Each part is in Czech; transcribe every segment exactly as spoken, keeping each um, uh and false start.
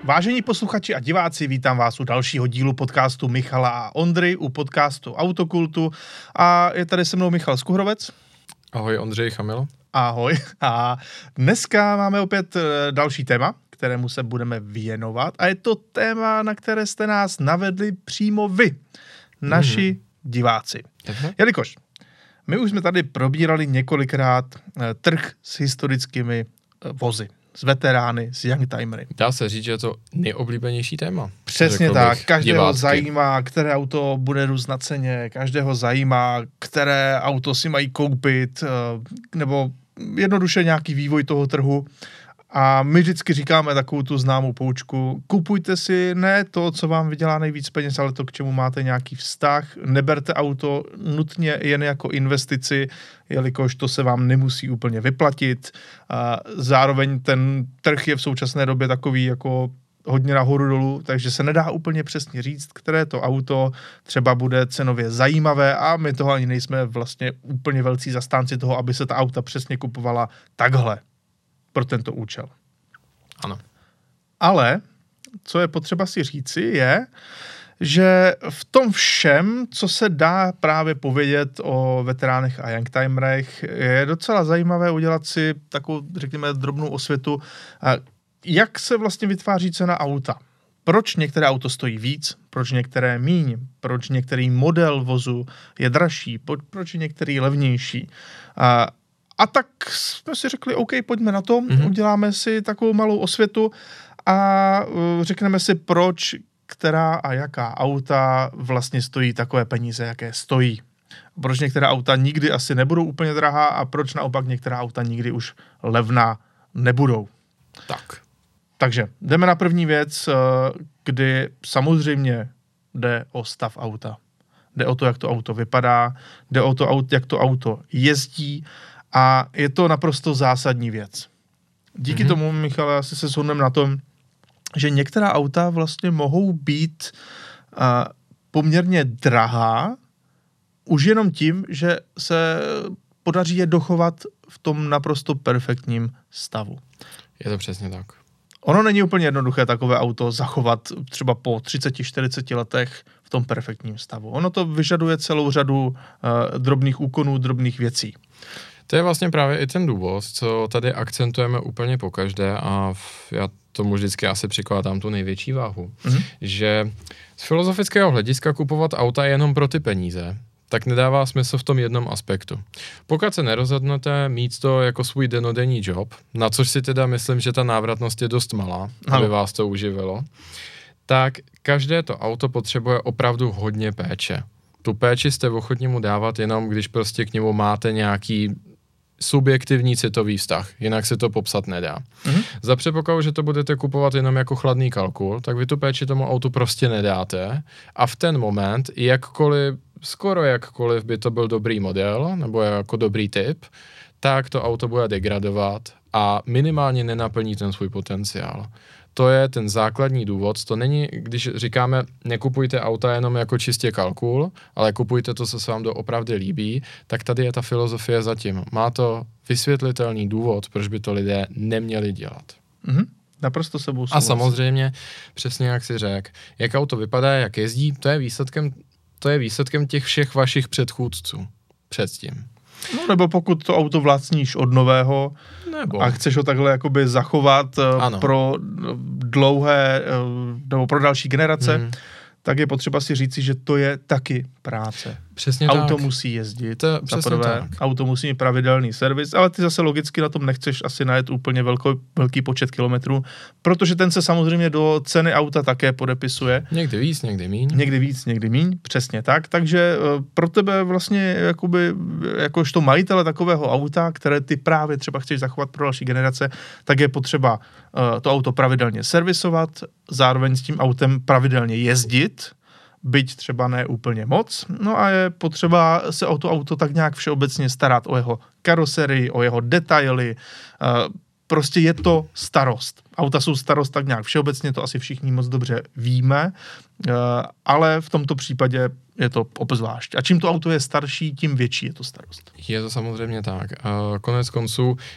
Vážení posluchači a diváci, vítám vás u dalšího dílu podcastu Michala a Ondry, u podcastu Autokultu. A je tady se mnou Michal Skuhrovec. Ahoj, Ondřej Chamil. Ahoj. A dneska máme opět další téma, kterému se budeme věnovat. A je to téma, na které jste nás navedli přímo vy, naši mm. diváci. Uh-huh. Jelikož my už jsme tady probírali několikrát trh s historickými vozy, s veterány, s youngtimery. Dá se říct, že je to nejoblíbenější téma. Přesně tak. Každého divácky. zajímá, které auto bude růst na ceně, každého zajímá, které auto si mají koupit, nebo jednoduše nějaký vývoj toho trhu. A my vždycky říkáme takovou tu známou poučku, kupujte si ne to, co vám vydělá nejvíc peněz, ale to, k čemu máte nějaký vztah. Neberte auto nutně jen jako investici, jelikož to se vám nemusí úplně vyplatit. A zároveň ten trh je v současné době takový jako hodně nahoru dolů, takže se nedá úplně přesně říct, které to auto třeba bude cenově zajímavé a my toho ani nejsme vlastně úplně velcí zastánci toho, aby se ta auta přesně kupovala takhle pro tento účel. Ano. Ale, co je potřeba si říci, je, že v tom všem, co se dá právě povědět o veteránech a youngtimerech, je docela zajímavé udělat si takovou, řekněme, drobnou osvětu, jak se vlastně vytváří cena auta. Proč některé auto stojí víc, proč některé míň, proč některý model vozu je dražší, proč je některý levnější. A A tak jsme si řekli, OK, pojďme na to, mm-hmm. uděláme si takovou malou osvětu a uh, řekneme si, proč, která a jaká auta vlastně stojí takové peníze, jaké stojí. Proč některá auta nikdy asi nebudou úplně drahá a proč naopak některá auta nikdy už levná nebudou. Tak. Takže jdeme na první věc, kdy samozřejmě jde o stav auta. Jde o to, jak to auto vypadá, jde o to, jak to auto jezdí. A je to naprosto zásadní věc. Díky mm-hmm. tomu, Michale, asi se shodneme na tom, že některá auta vlastně mohou být uh, poměrně drahá, už jenom tím, že se podaří je dochovat v tom naprosto perfektním stavu. Je to přesně tak. Ono není úplně jednoduché takové auto zachovat třeba po třiceti čtyřiceti letech v tom perfektním stavu. Ono to vyžaduje celou řadu uh, drobných úkonů, drobných věcí. To je vlastně právě i ten důvod, co tady akcentujeme úplně pokaždé a v, já tomu vždycky asi přikládám tu největší váhu, mm-hmm. že z filozofického hlediska kupovat auta jenom pro ty peníze, tak nedává smysl v tom jednom aspektu. Pokud se nerozhodnete mít to jako svůj denodenní job, na což si teda myslím, že ta návratnost je dost malá, no. aby vás to uživilo, tak každé to auto potřebuje opravdu hodně péče. Tu péči jste ochotni mu dávat jenom, když prostě k němu máte nějaký subjektivní citový vztah, jinak se to popsat nedá. Mm-hmm. Za předpokladu, že to budete kupovat jenom jako chladný kalkul, tak vy tu péči tomu autu prostě nedáte a v ten moment, jakkoliv, skoro jakkoliv by to byl dobrý model, nebo jako dobrý typ, tak to auto bude degradovat a minimálně nenaplní ten svůj potenciál. To je ten základní důvod, to není, když říkáme, nekupujte auta jenom jako čistě kalkul, ale kupujte to, co se vám doopravdy líbí, tak tady je ta filozofie zatím. Má to vysvětlitelný důvod, proč by to lidé neměli dělat. Mm-hmm. Naprosto sebou A samozřejmě, přesně jak si řekl, jak auto vypadá, jak jezdí, to je výsledkem, to je výsledkem těch všech vašich předchůdců předtím. No nebo pokud to auto vlastníš od nového nebo. a chceš ho takhle jakoby zachovat ano. pro dlouhé, nebo pro další generace, mm. tak je potřeba si říci, že to je taky práce. Přesně auto tak. musí jezdit, to, za prvé, tak. auto musí mít pravidelný servis, ale ty zase logicky na tom nechceš asi najet úplně velko, velký počet kilometrů, protože ten se samozřejmě do ceny auta také podepisuje. Někdy víc, někdy míň. Někdy víc, někdy míň, přesně tak. Takže pro tebe vlastně jakoby, jakožto majitele takového auta, které ty právě třeba chceš zachovat pro další generace, tak je potřeba uh, to auto pravidelně servisovat, zároveň s tím autem pravidelně jezdit, byť třeba ne úplně moc, no a je potřeba se o to auto tak nějak všeobecně starat, o jeho karoserii, o jeho detaily, prostě je to starost. Auta jsou starost tak nějak všeobecně, to asi všichni moc dobře víme, ale v tomto případě je to obzvlášť. A čím to auto je starší, tím větší je to starost. Je to samozřejmě tak. Konec konců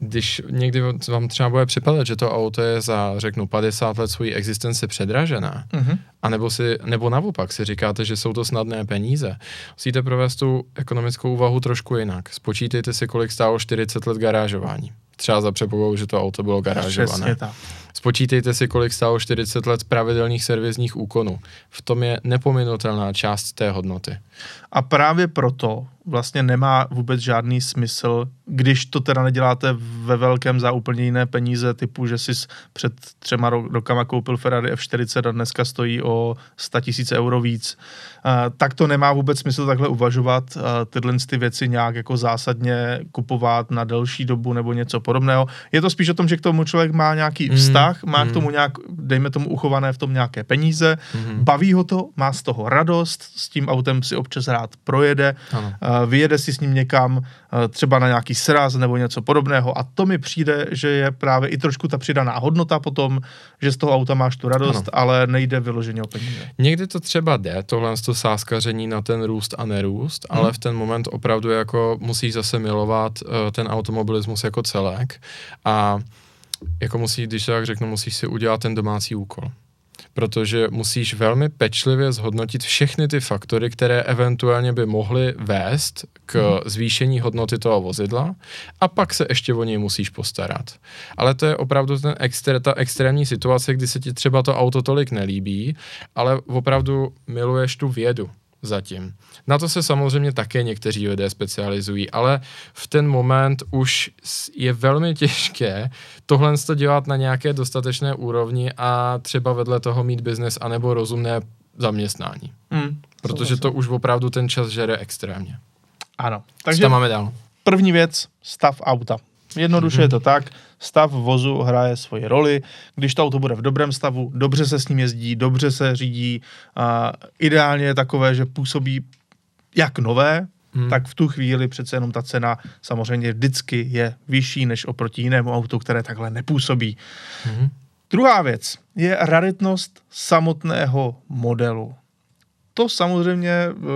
když někdy vám třeba bude připadat, že to auto je za, řeknu, padesát let svojí existence předražené, mm-hmm. anebo si, nebo naopak si říkáte, že jsou to snadné peníze, musíte provést tu ekonomickou úvahu trošku jinak. Spočítejte si, kolik stálo čtyřicet let garážování. Třeba za předpokladu, že to auto bylo garážované. Spočítejte si, kolik stálo čtyřicet let pravidelných servisních úkonů. V tom je nepominutelná část té hodnoty. A právě proto vlastně nemá vůbec žádný smysl, když to teda neděláte ve velkém za úplně jiné peníze, typu, že jsi před třema rokama koupil Ferrari F čtyřicet a dneska stojí o sto tisíc euro víc, tak to nemá vůbec smysl takhle uvažovat, tyhle ty věci nějak jako zásadně kupovat na delší dobu nebo něco podobného. Je to spíš o tom, že k tomu člověk má nějaký vztah, má mm. k tomu nějak, dejme tomu uchované v tom nějaké peníze, mm. baví ho to, má z toho radost, s tím autem si občas rád projede, ano. vyjede si s ním někam, třeba na nějaký sraz nebo něco podobného a to mi přijde, že je právě i trošku ta přidaná hodnota potom, že z toho auta máš tu radost, ano. ale nejde vyloženě o peníze. Někdy to třeba jde, tohle to sáskaření na ten růst a nerůst, hmm. ale v ten moment opravdu jako musíš zase milovat uh, ten automobilismus jako celek a jako musíš, když tak řeknu, musíš si udělat ten domácí úkol. Protože musíš velmi pečlivě zhodnotit všechny ty faktory, které eventuálně by mohly vést k zvýšení hodnoty toho vozidla a pak se ještě o něj musíš postarat. Ale to je opravdu ten extré, ta extrémní situace, kdy se ti třeba to auto tolik nelíbí, ale opravdu miluješ tu vědu zatím. Na to se samozřejmě také někteří lidé specializují, ale v ten moment už je velmi těžké tohle dělat na nějaké dostatečné úrovni a třeba vedle toho mít biznes anebo rozumné zaměstnání. Mm, Protože to už opravdu ten čas žere extrémně. Ano. Takže co máme dál? První věc, stav auta. Jednoduše mm-hmm. je to tak, stav vozu hraje svoji roli, když to auto bude v dobrém stavu, dobře se s ním jezdí, dobře se řídí, a ideálně je takové, že působí jak nové, mm. tak v tu chvíli přece jenom ta cena samozřejmě vždycky je vyšší než oproti jinému autu, které takhle nepůsobí. Mm. Druhá věc je raritnost samotného modelu. To samozřejmě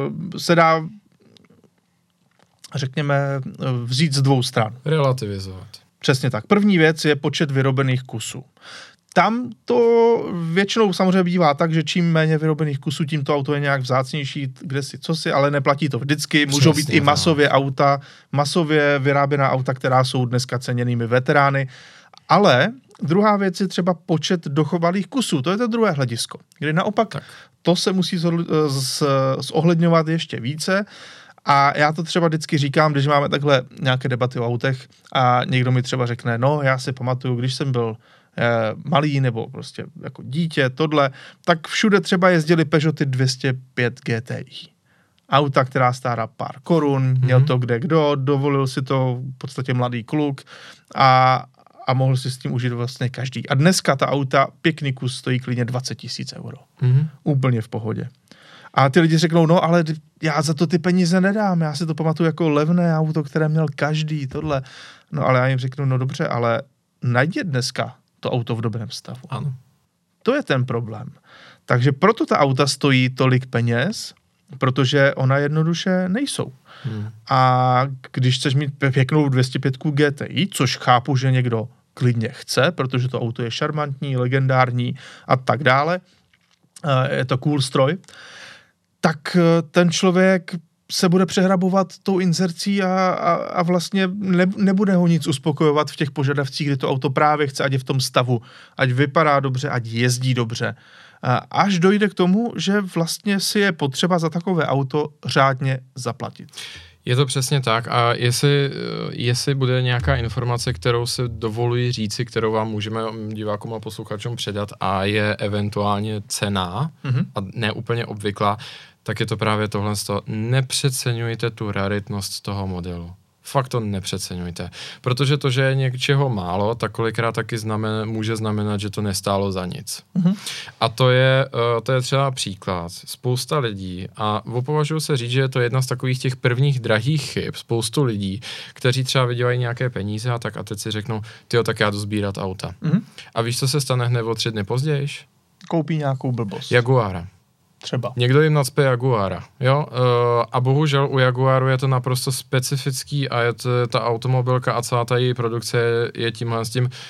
se dá, řekněme, vzít z dvou stran. Relativizovat. Přesně tak. První věc je počet vyrobených kusů. Tam to většinou samozřejmě bývá tak, že čím méně vyrobených kusů, tím to auto je nějak vzácnější, kde si, co si, ale neplatí to vždycky. Přesně, můžou být i masově auta, masově vyráběná auta, která jsou dneska ceněnými veterány. Ale druhá věc je třeba počet dochovalých kusů. To je to druhé hledisko. Kdy naopak tak. to se musí zohledňovat ještě více. A já to třeba vždycky říkám, když máme takhle nějaké debaty o autech a někdo mi třeba řekne, no já si pamatuju, když jsem byl eh, malý nebo prostě jako dítě, tohle, tak všude třeba jezdili Peugeoty dvě stě pět G T I. Auta, která stála pár korun, mm-hmm. měl to kde kdo, dovolil si to v podstatě mladý kluk a, a mohl si s tím užít vlastně každý. A dneska ta auta, pěkný kus, stojí klidně dvacet tisíc euro. Mm-hmm. Úplně v pohodě. A ty lidi řeknou, no ale já za to ty peníze nedám, já si to pamatuju jako levné auto, které měl každý, tohle. No ale já jim řeknu, no dobře, ale najdi dneska to auto v dobrém stavu. Ano. To je ten problém. Takže proto ta auta stojí tolik peněz, protože ona jednoduše nejsou. Hmm. A když chceš mít pěknou dvě stě pět G T I, což chápu, že někdo klidně chce, protože to auto je šarmantní, legendární a tak dále, je to cool stroj, tak ten člověk se bude přehrabovat tou inzercí a, a, a vlastně ne, nebude ho nic uspokojovat v těch požadavcích, kdy to auto právě chce, ať je v tom stavu, ať vypadá dobře, ať jezdí dobře. Až dojde k tomu, že vlastně si je potřeba za takové auto řádně zaplatit. Je to přesně tak a jestli, jestli bude nějaká informace, kterou se dovoluji říci, kterou vám můžeme divákům a posluchačům předat a je eventuálně cenná mm-hmm. a ne úplně obvyklá, tak je to právě tohle. Nepřeceňujte tu raritnost toho modelu. Fakt to nepřeceňujte. Protože to, že je něčeho málo, tak kolikrát taky znamen, může znamenat, že to nestálo za nic. Mm-hmm. A to je, to je třeba příklad. Spousta lidí, a opovažuji se říct, že je to jedna z takových těch prvních drahých chyb, spoustu lidí, kteří třeba vydělají nějaké peníze a tak a teď si řeknou, tyjo, tak já jdu sbírat auta. Mm-hmm. A víš, co se stane hned o tři dny později? Koupí nějakou blbost. Jaguara. Třeba. Někdo jim nacpe Jaguara, jo, uh, a bohužel u Jaguaru je to naprosto specifický a je to, ta automobilka a celá ta její produkce je tímhle s tím,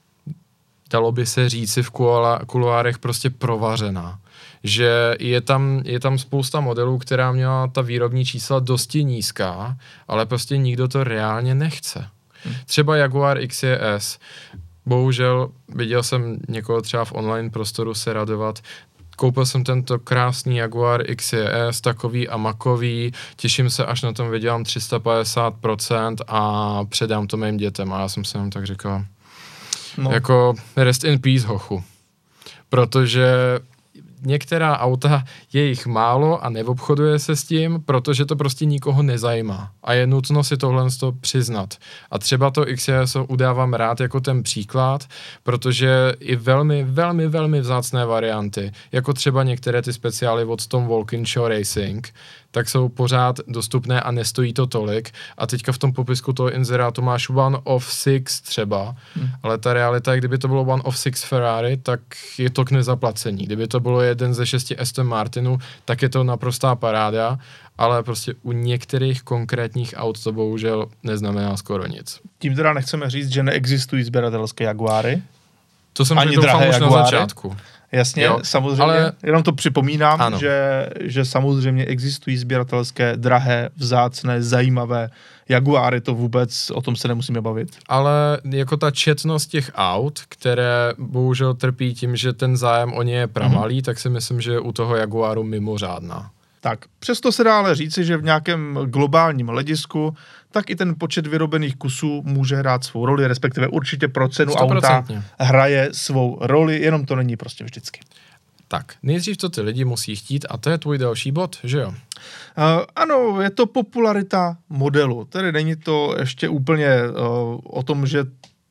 dalo by se říci v kuloárech prostě provařená. Že je tam, je tam spousta modelů, která měla ta výrobní čísla dosti nízká, ale prostě nikdo to reálně nechce. Hmm. Třeba Jaguar X J S. Bohužel viděl jsem někoho třeba v online prostoru se radovat. Koupil jsem tento krásný Jaguar X J S, takový a makový, těším se, až na tom vydělám tři sta padesát procent a předám to mým dětem. A já jsem si jenom tak říkal, no. Jako rest in peace, hochu. Protože některá auta, je jich málo a neobchoduje se s tím, protože to prostě nikoho nezajímá. A je nutno si tohle přiznat. A třeba to X J S udávám rád jako ten příklad, protože i velmi, velmi, velmi vzácné varianty, jako třeba některé ty speciály od Tom Walkinshaw Racing, tak jsou pořád dostupné a nestojí to tolik. A teďka v tom popisku toho inzerátu máš one of six třeba, hmm. ale ta realita, kdyby to bylo one of six Ferrari, tak je to k nezaplacení. Kdyby to bylo jeden ze šesti Aston Martinů, tak je to naprostá paráda, ale prostě u některých konkrétních aut to bohužel neznamená skoro nic. Tím teda nechceme říct, že neexistují sběratelské Jaguary. To jsem si doufám už na začátku. Jasně, jo, samozřejmě, ale jenom to připomínám, že, že samozřejmě existují sběratelské, drahé, vzácné, zajímavé Jaguáry, to vůbec, o tom se nemusíme bavit. Ale jako ta četnost těch aut, které bohužel trpí tím, že ten zájem o ně je pramalý, mm-hmm. tak si myslím, že je u toho Jaguaru mimořádná. Tak, přesto se dá ale říci, že v nějakém globálním hledisku tak i ten počet vyrobených kusů může hrát svou roli, respektive určitě pro cenu sto procent auta hraje svou roli, jenom to není prostě vždycky. Tak, nejdřív to ty lidi musí chtít a to je tvůj další bod, že jo? Uh, ano, je to popularita modelu, tedy není to ještě úplně uh, o tom, že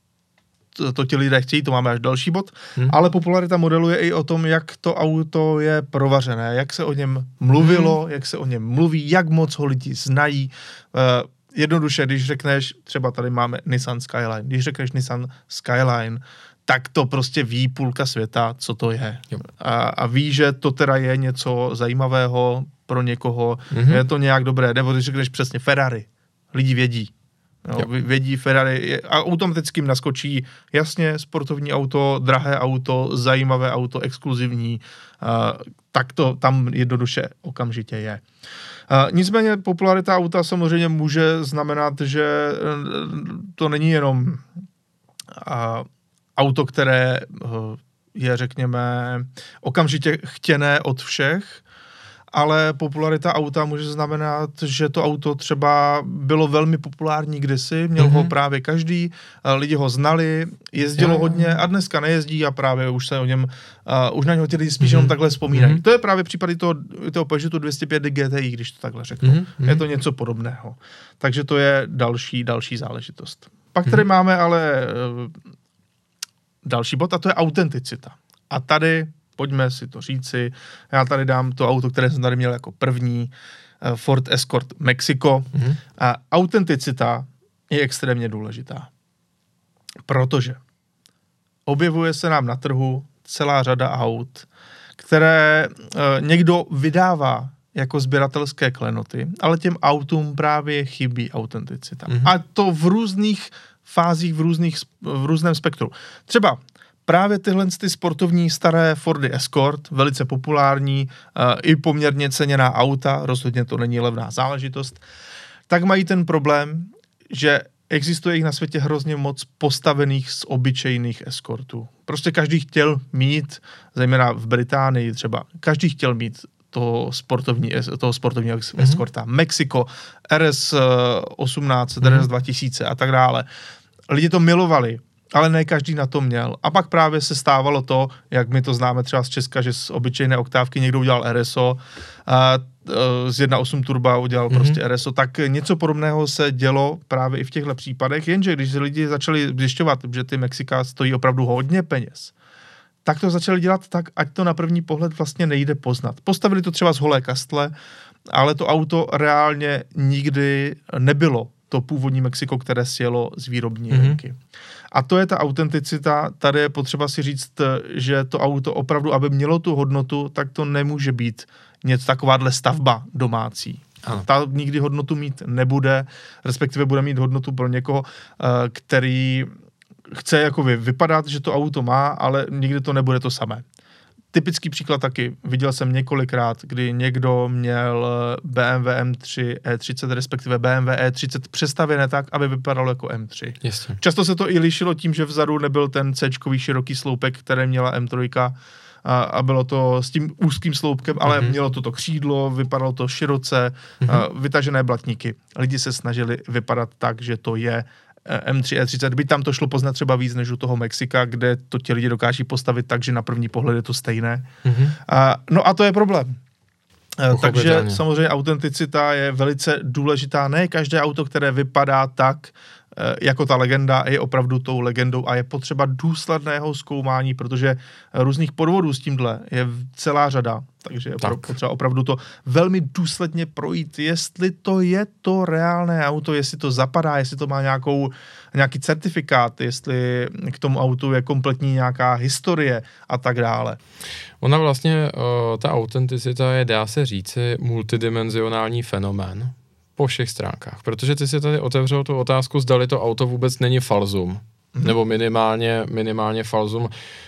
to, to ti lidé chtějí, to máme až další bod, hmm. ale popularita modelu je i o tom, jak to auto je provařené, jak se o něm mluvilo, hmm. jak se o něm mluví, jak moc ho lidi znají. Uh, jednoduše, když řekneš, třeba tady máme Nissan Skyline, když řekneš Nissan Skyline, tak to prostě ví půlka světa, co to je. A, a ví, že to teda je něco zajímavého pro někoho, mm-hmm. je to nějak dobré, nebo když řekneš přesně Ferrari, lidi vědí. No, vědí Ferrari a automaticky jim naskočí, jasně, sportovní auto, drahé auto, zajímavé auto, exkluzivní, a, tak to tam jednoduše okamžitě je. A, nicméně popularita auta samozřejmě může znamenat, že to není jenom a, auto, které je, řekněme, okamžitě chtěné od všech, ale popularita auta může znamenat, že to auto třeba bylo velmi populární kdysi, měl mm-hmm. ho právě každý, lidi ho znali, jezdilo yeah. hodně a dneska nejezdí a právě už se o něm, uh, už na něho ti lidi spíš mm-hmm. jenom takhle vzpomínají. Mm-hmm. To je právě případy toho, toho Peugeotu dvě stě pět G T I, když to takhle řeknu. Mm-hmm. Je to něco podobného. Takže to je další, další záležitost. Pak tady mm-hmm. máme ale uh, další bod a to je autenticita. A tady pojďme si to říci. Já tady dám to auto, které jsem tady měl jako první, Ford Escort Mexico. Mm-hmm. A autenticita je extrémně důležitá. Protože objevuje se nám na trhu celá řada aut, které e, někdo vydává jako sběratelské klenoty, ale těm autům právě chybí autenticita. Mm-hmm. A to v různých fázích, v, různých, v různém spektru. Třeba právě tyhle ty sportovní staré Fordy Escort, velice populární, uh, i poměrně ceněná auta, rozhodně to není levná záležitost, tak mají ten problém, že existuje jich na světě hrozně moc postavených z obyčejných Escortů. Prostě každý chtěl mít, zejména v Británii třeba, každý chtěl mít toho, sportovní, toho sportovního mm-hmm. Escorta. Mexiko, R S osmnáct, mm-hmm. R S dva tisíce a tak dále. Lidi to milovali, ale ne každý na to měl. A pak právě se stávalo to, jak my to známe třeba z Česka, že z obyčejné oktávky někdo udělal R S O, a z jedna celá osm turba udělal mm-hmm. prostě R S O, tak něco podobného se dělo právě i v těchto případech, jenže když lidi začali zjišťovat, že ty Mexika stojí opravdu hodně peněz, tak to začali dělat tak, ať to na první pohled vlastně nejde poznat. Postavili to třeba z holé kastle, ale to auto reálně nikdy nebylo to původní Mexiko, které sjelo z výrobní mm-hmm. linky. A to je ta autenticita, tady je potřeba si říct, že to auto opravdu, aby mělo tu hodnotu, tak to nemůže být něco takováhle stavba domácí. Ano. Ta nikdy hodnotu mít nebude, respektive bude mít hodnotu pro někoho, který chce jako vypadat, že to auto má, ale nikdy to nebude to samé. Typický příklad taky, viděl jsem několikrát, kdy někdo měl B M W M tři E třicet, respektive B M W E třicet přestavěné tak, aby vypadalo jako M tři. Jasně. Často se to i lišilo tím, že vzadu nebyl ten C-čkový široký sloupek, které měla M tři, a, a bylo to s tím úzkým sloupkem, ale mm-hmm. mělo to to křídlo, vypadalo to široce, mm-hmm. vytažené blatníky. Lidi se snažili vypadat tak, že to je M tři E třicet, byť tam to šlo poznat třeba víc než u toho Mexika, kde to ti lidi dokáží postavit tak, že na první pohled je to stejné. Mm-hmm. A, no a to je problém. Takže samozřejmě autenticita je velice důležitá. Ne každé auto, které vypadá tak, jako ta legenda, je opravdu tou legendou a je potřeba důsledného zkoumání, protože různých podvodů s tímhle je celá řada. Takže je tak. potřeba opravdu to velmi důsledně projít, jestli to je to reálné auto, jestli to zapadá, jestli to má nějakou, nějaký certifikát, jestli k tomu autu je kompletní nějaká historie a tak dále. Ona vlastně, ta autenticita je, dá se říci, multidimenzionální fenomén po všech stránkách, protože ty si tady otevřel tu otázku, zdali to auto vůbec není falzum, mm-hmm. nebo minimálně, minimálně falzum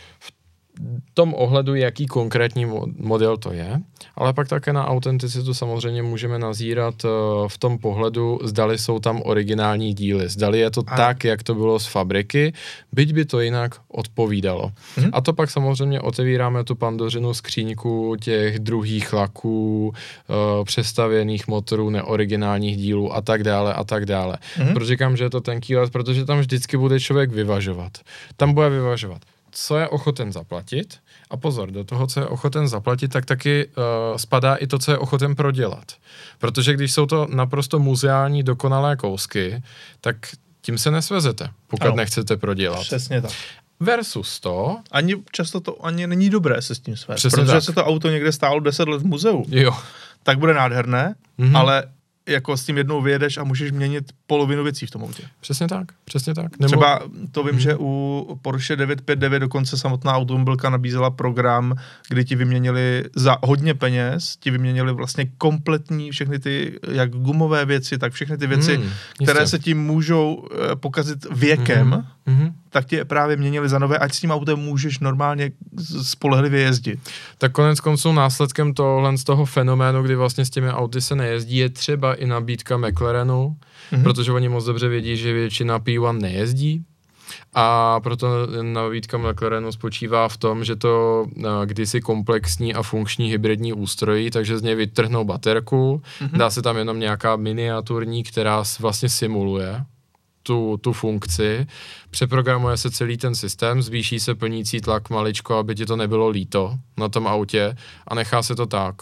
v tom ohledu, jaký konkrétní model to je, ale pak také na autenticitu samozřejmě můžeme nazírat v tom pohledu, zdali jsou tam originální díly, zdali je to a... tak, jak to bylo z fabriky, byť by to jinak odpovídalo. Hmm. A to pak samozřejmě otevíráme tu pandořinu skříňku těch druhých laků, přestavěných motorů, neoriginálních dílů a tak dále a tak dále. Hmm. Proč říkám, že je to tenký let? Protože tam vždycky bude člověk vyvažovat. Tam bude vyvažovat, co je ochoten zaplatit, a pozor, do toho, co je ochoten zaplatit, tak taky uh, spadá i to, co je ochoten prodělat. Protože když jsou to naprosto muzeální dokonalé kousky, tak tím se nesvezete, pokud ano. nechcete prodělat. Přesně tak. Versus to... Ani často to ani není dobré se s tím svést, Přesně protože tak. se to auto někde stálo deset let v muzeu. Jo. Tak bude nádherné, mm-hmm. ale jako s tím jednou vyjedeš a můžeš měnit polovinu věcí v tom autě. Přesně tak, přesně tak. Nebo... Třeba to vím, hmm. že u Porsche devět set padesát devět dokonce samotná automobilka nabízela program, kdy ti vyměnili za hodně peněz, ti vyměnili vlastně kompletní všechny ty, jak gumové věci, tak všechny ty věci, hmm, které jistě. se tím můžou pokazit věkem, hmm. tak ti právě měnili za nové, ať s tím autem můžeš normálně spolehlivě jezdit. Tak konec konců následkem tohle z toho fenoménu, kdy vlastně s těmi auty se nejezdí, je třeba i nabídka McLarenu, mm-hmm. protože oni moc dobře vědí, že většina P jedna nejezdí. A proto nabídka McLarenu spočívá v tom, že to kdysi komplexní a funkční hybridní ústrojí, takže z něj vytrhnou baterku, mm-hmm. dá se tam jenom nějaká miniaturní, která vlastně simuluje Tu, tu funkci, přeprogramuje se celý ten systém, zvýší se plnící tlak maličko, aby ti to nebylo líto na tom autě a nechá se to tak.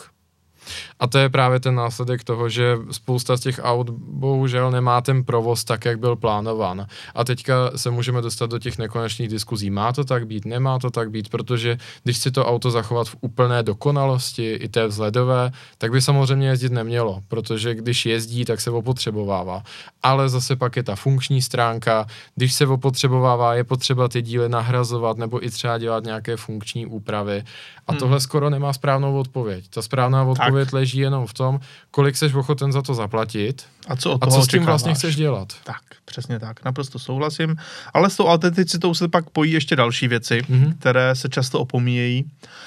A to je právě ten následek toho, že spousta z těch aut bohužel nemá ten provoz tak, jak byl plánován. A teďka se můžeme dostat do těch nekonečných diskuzí. Má to tak být, nemá to tak být, protože když si to auto zachovat v úplné dokonalosti, i té vzhledové, tak by samozřejmě jezdit nemělo, protože když jezdí, tak se opotřebovává. Ale zase pak je ta funkční stránka, když se opotřebovává, je potřeba ty díly nahrazovat nebo i třeba dělat nějaké funkční úpravy. A tohle hmm. skoro nemá správnou odpověď. Ta správná odpověď tak. leží jenom v tom, kolik seš ochoten za to zaplatit a co, a co s tím vlastně chceš dělat. Tak, přesně tak, naprosto souhlasím. Ale s tou autenticitou se pak pojí ještě další věci, mm-hmm. které se často opomíjejí.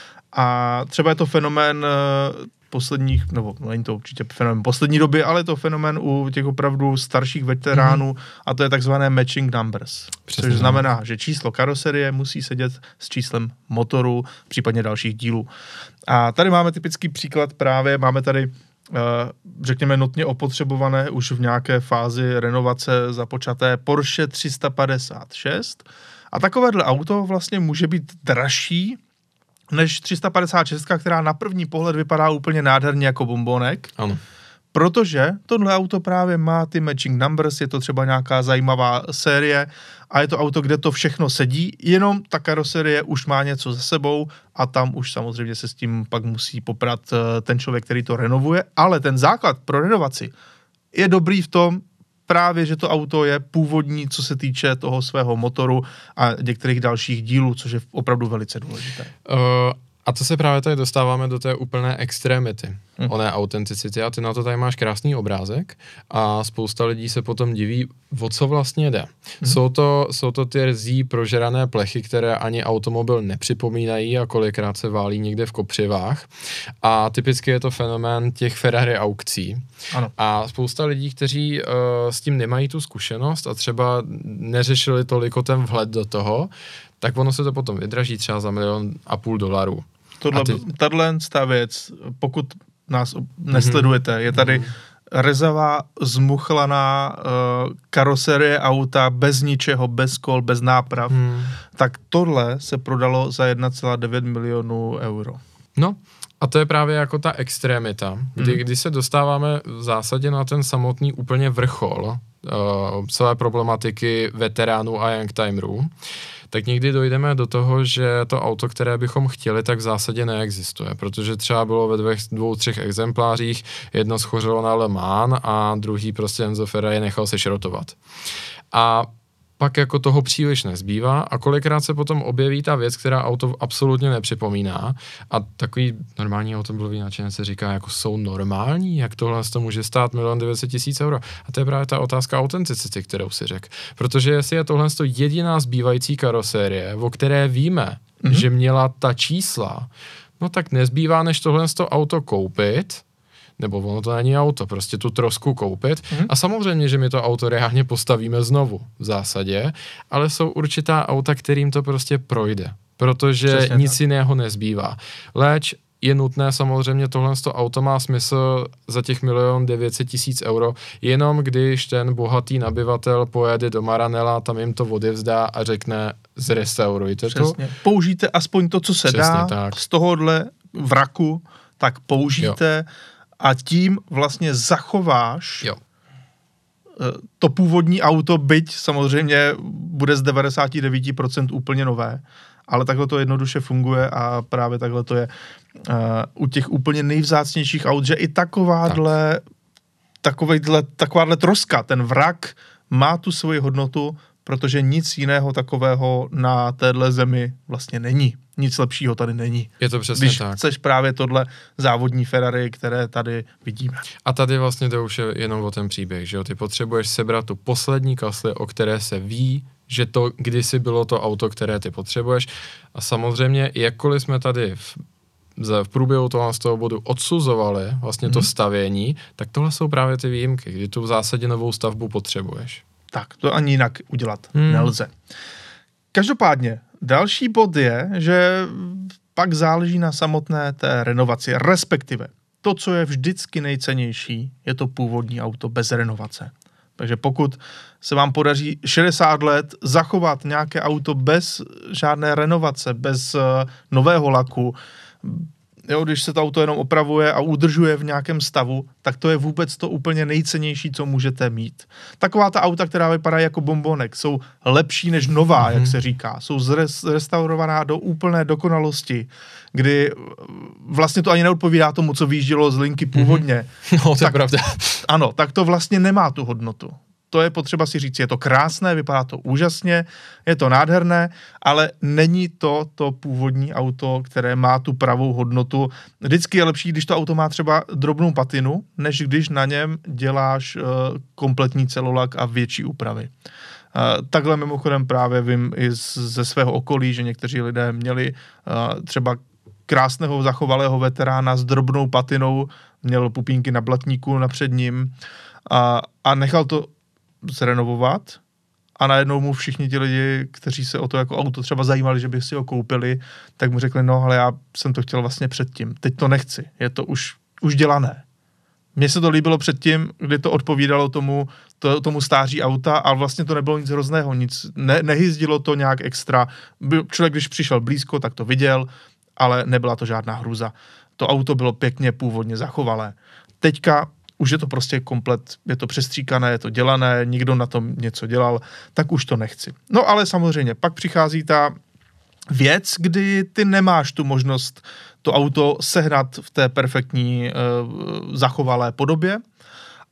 A třeba je to fenomén posledních, nebo není to určitě fenomén poslední doby, ale je to fenomén u těch opravdu starších veteránů mm-hmm. a to je takzvané matching numbers. Přesně. Což znamená, že číslo karoserie musí sedět s číslem motoru, případně dalších dílů. A tady máme typický příklad právě, máme tady řekněme nutně opotřebované už v nějaké fázi renovace započaté Porsche tři sta padesát šest a takovéhle auto vlastně může být dražší než tři sta padesát šest, která na první pohled vypadá úplně nádherně jako bombonek. Ano. Protože tohle auto právě má ty matching numbers, je to třeba nějaká zajímavá série a je to auto, kde to všechno sedí, jenom ta karoserie už má něco za sebou a tam už samozřejmě se s tím pak musí poprat ten člověk, který to renovuje, ale ten základ pro renovaci je dobrý v tom, právě, že to auto je původní, co se týče toho svého motoru a některých dalších dílů, což je opravdu velice důležité. Uh, a to se právě tady dostáváme do té úplné extrémity, hmm. oné autenticity. A ty na to tady máš krásný obrázek a spousta lidí se potom diví, o co vlastně jde. Hmm. Jsou to, jsou to ty rzí prožrané plechy, které ani automobil nepřipomínají a kolikrát se válí někde v kopřivách. A typicky je to fenomén těch Ferrari aukcí. Ano. A spousta lidí, kteří uh, s tím nemají tu zkušenost a třeba neřešili toliko ten vhled do toho, tak ono se to potom vydraží třeba za milion a půl dolarů. Tohle, ty... Tahle ta věc, pokud nás nesledujete, je tady mm-hmm. rezavá, zmuchlaná uh, karoserie auta bez ničeho, bez kol, bez náprav, mm. tak tohle se prodalo za jedna celá devět milionů euro. No, a to je právě jako ta extrémita, kdy, mm. kdy se dostáváme v zásadě na ten samotný úplně vrchol uh, celé problematiky veteránů a youngtimerů, tak někdy dojdeme do toho, že to auto, které bychom chtěli, tak v zásadě neexistuje, protože třeba bylo ve dvou, dvou třech exemplářích, jedno schořelo na Le Mans a druhý prostě Enzo Ferrari nechal se šrotovat. A pak jako toho příliš nezbývá a kolikrát se potom objeví ta věc, která auto absolutně nepřipomíná a takový normální automobilový nadšenec se říká, jako jsou normální, jak tohle to může stát milion devět set tisíc euro. A to je právě ta otázka autenticity, kterou si řekl. Protože jestli je tohle jediná zbývající karosérie, o které víme, mm-hmm. že měla ta čísla, no tak nezbývá, než tohle auto koupit, nebo ono to není auto, prostě tu trosku koupit mm. a samozřejmě, že my to auto reálně postavíme znovu v zásadě, ale jsou určitá auta, kterým to prostě projde, protože přesně nic tak. jiného nezbývá. Leč je nutné samozřejmě, tohle auto má smysl za těch milion devět set tisíc euro, jenom když ten bohatý nabyvatel pojede do Maranella, tam jim to odevzdá a řekne zrestaurujte to. Přesně. Použijte aspoň to, co se přesně dá tak. Z tohohle vraku, tak použijte jo. A tím vlastně zachováš jo. to původní auto, byť samozřejmě bude z devadesát devět procent úplně nové, ale takhle to jednoduše funguje a právě takhle to je uh, u těch úplně nejvzácnějších aut, že i takováhle, tak. takovejhle, takováhle troska, ten vrak má tu svoji hodnotu, protože nic jiného takového na téhle zemi vlastně není. Nic lepšího tady není. Je to přesně Když tak. Když chceš právě tohle závodní Ferrari, které tady vidíme. A tady vlastně to už je jenom o ten příběh, že jo? Ty potřebuješ sebrat tu poslední kasli, o které se ví, že to kdysi bylo to auto, které ty potřebuješ. A samozřejmě, jakkoliv jsme tady v, v průběhu toho, z toho bodu odsuzovali vlastně mm-hmm. to stavění, tak tohle jsou právě ty výjimky, kdy tu v zásadě novou stavbu potřebuješ. Tak, to ani jinak udělat hmm. nelze. Každopádně, další bod je, že pak záleží na samotné té renovaci, respektive to, co je vždycky nejcennější, je to původní auto bez renovace. Takže pokud se vám podaří šedesát let zachovat nějaké auto bez žádné renovace, bez uh, nového laku, jo, když se to auto jenom opravuje a udržuje v nějakém stavu, tak to je vůbec to úplně nejcennější, co můžete mít. Taková ta auta, která vypadá jako bombonek, jsou lepší než nová, mm-hmm. jak se říká. Jsou zrestaurovaná do úplné dokonalosti, kdy vlastně to ani neodpovídá tomu, co vyjíždělo z linky původně. Mm-hmm. No, to tak, je pravda. Ano, tak to vlastně nemá tu hodnotu. To je potřeba si říct, je to krásné, vypadá to úžasně, je to nádherné, ale není to to původní auto, které má tu pravou hodnotu. Vždycky je lepší, když to auto má třeba drobnou patinu, než když na něm děláš uh, kompletní celolak a větší úpravy. Uh, takhle mimochodem právě vím i z, ze svého okolí, že někteří lidé měli uh, třeba krásného zachovalého veterána s drobnou patinou, měl pupínky na blatníku na předním a, a nechal to zrenovovat a najednou mu všichni ti lidi, kteří se o to jako auto třeba zajímali, že by si ho koupili, tak mu řekli, no ale já jsem to chtěl vlastně předtím, teď to nechci, je to už, už dělané. Mně se to líbilo předtím, kdy to odpovídalo tomu, to, tomu stáří auta, ale vlastně to nebylo nic hrozného, nic, ne, nehyzdilo to nějak extra. Člověk, když přišel blízko, tak to viděl, ale nebyla to žádná hruza. To auto bylo pěkně původně zachovalé. Teďka už je to prostě komplet, je to přestříkané, je to dělané, nikdo na tom něco dělal, tak už to nechci. No ale samozřejmě, pak přichází ta věc, kdy ty nemáš tu možnost to auto sehnat v té perfektní uh, zachovalé podobě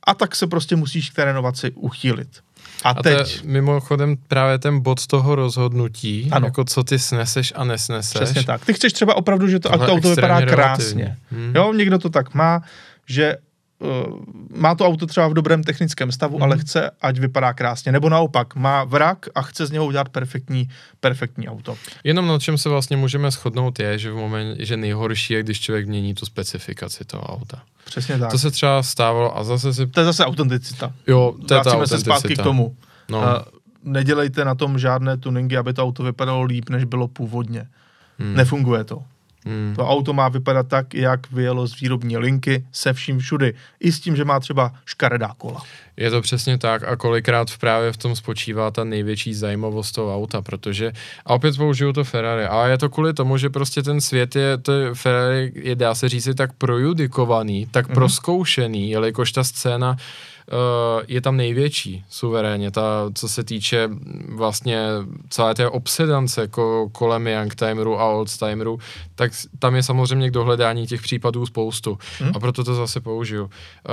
a tak se prostě musíš k té renovaci uchýlit. A, a teď... To mimochodem právě ten bod toho rozhodnutí, ano. jako co ty sneseš a nesneseš. Přesně tak. Ty chceš třeba opravdu, že to auto, auto vypadá krásně. Hmm. Jo, někdo to tak má, že uh, má to auto třeba v dobrém technickém stavu, hmm. ale chce, ať vypadá krásně. Nebo naopak, má vrak a chce z něho udělat perfektní, perfektní auto. Jenom na čem se vlastně můžeme shodnout je, že v momentě, že nejhorší je, když člověk mění tu specifikaci toho auta. Přesně tak. To se třeba stávalo a zase si... To je zase autenticita. Jo, to je ta autenticita. se zpátky k tomu. No. Uh, nedělejte na tom žádné tuningy, aby to auto vypadalo líp, než bylo původně. Hmm. Nefunguje to. Hmm. To auto má vypadat tak, jak vyjelo z výrobní linky, se vším všudy. I s tím, že má třeba škaredá kola. Je to přesně tak a kolikrát v právě v tom spočívá ta největší zajímavost toho auta, protože, a opět použiju to Ferrari, ale je to kvůli tomu, že prostě ten svět je, to Ferrari je, dá se říct, tak projudikovaný, tak hmm. prozkoušený, jelikož ta scéna Uh, je tam největší suverénně, ta, co se týče vlastně celé té obsedance ko, kolem youngtimerů a oldtimerů, tak tam je samozřejmě k dohledání těch případů spoustu. Hmm. A proto to zase použiju. Uh,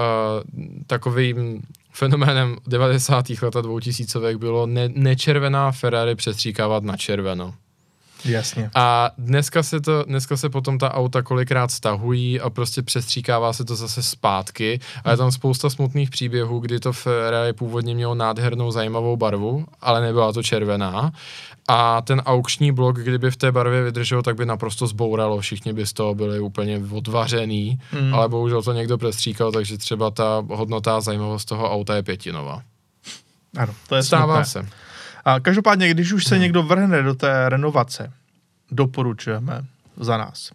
takovým fenoménem devadesátých let a dvoutisícovek bylo ne, nečervená Ferrari přestříkávat na červeno. Jasně. A dneska se, to, dneska se potom ta auta kolikrát stahují a prostě přestříkává se to zase zpátky a je tam spousta smutných příběhů, kdy to Ferrari původně mělo nádhernou zajímavou barvu, ale nebyla to červená a ten aukční blok, kdyby v té barvě vydržel, tak by naprosto zbouralo, všichni by z toho byli úplně odvařený, mm. ale bohužel to někdo přestříkal, takže třeba ta hodnota a zajímavost toho auta je pětinová. Ano, to je Stává smutné. se. A každopádně, když už se hmm. někdo vrhne do té renovace, doporučujeme za nás.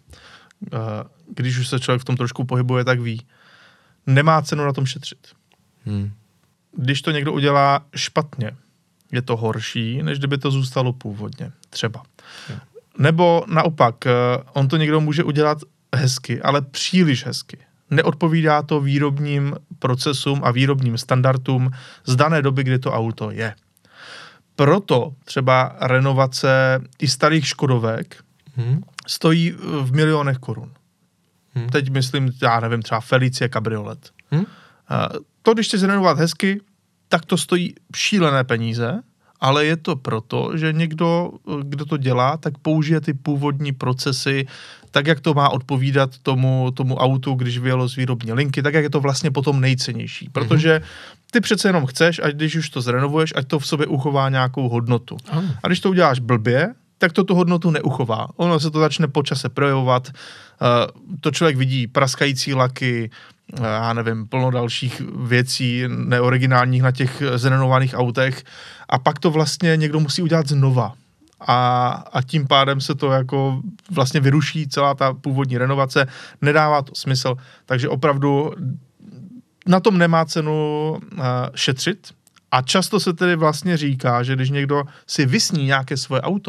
Když už se člověk v tom trošku pohybuje, tak ví. Nemá cenu na tom šetřit. Hmm. Když to někdo udělá špatně, je to horší, než kdyby to zůstalo původně. Třeba. Hmm. Nebo naopak, on to někdo může udělat hezky, ale příliš hezky. Neodpovídá to výrobním procesům a výrobním standardům z dané doby, kdy to auto je. Proto třeba renovace i starých Škodovek hmm. stojí v milionech korun. Hmm. Teď myslím, já nevím, třeba Felicie kabriolet. Hmm. To, když chceš zrenovovat hezky, tak to stojí šílené peníze, ale je to proto, že někdo, kdo to dělá, tak použije ty původní procesy tak, jak to má odpovídat tomu, tomu autu, když vyjelo z výrobní linky, tak, jak je to vlastně potom nejcennější. Protože ty přece jenom chceš, ať když už to zrenovuješ, ať to v sobě uchová nějakou hodnotu. Aha. A když to uděláš blbě, tak to tu hodnotu neuchová. Ono se to začne po čase projevovat, to člověk vidí praskající laky, já nevím, plno dalších věcí neoriginálních na těch zrenovovaných autech a pak to vlastně někdo musí udělat znova. A, a tím pádem se to jako vlastně vyruší celá ta původní renovace, nedává to smysl, takže opravdu na tom nemá cenu uh, šetřit a často se tedy vlastně říká, že když někdo si vysní nějaké svoje auto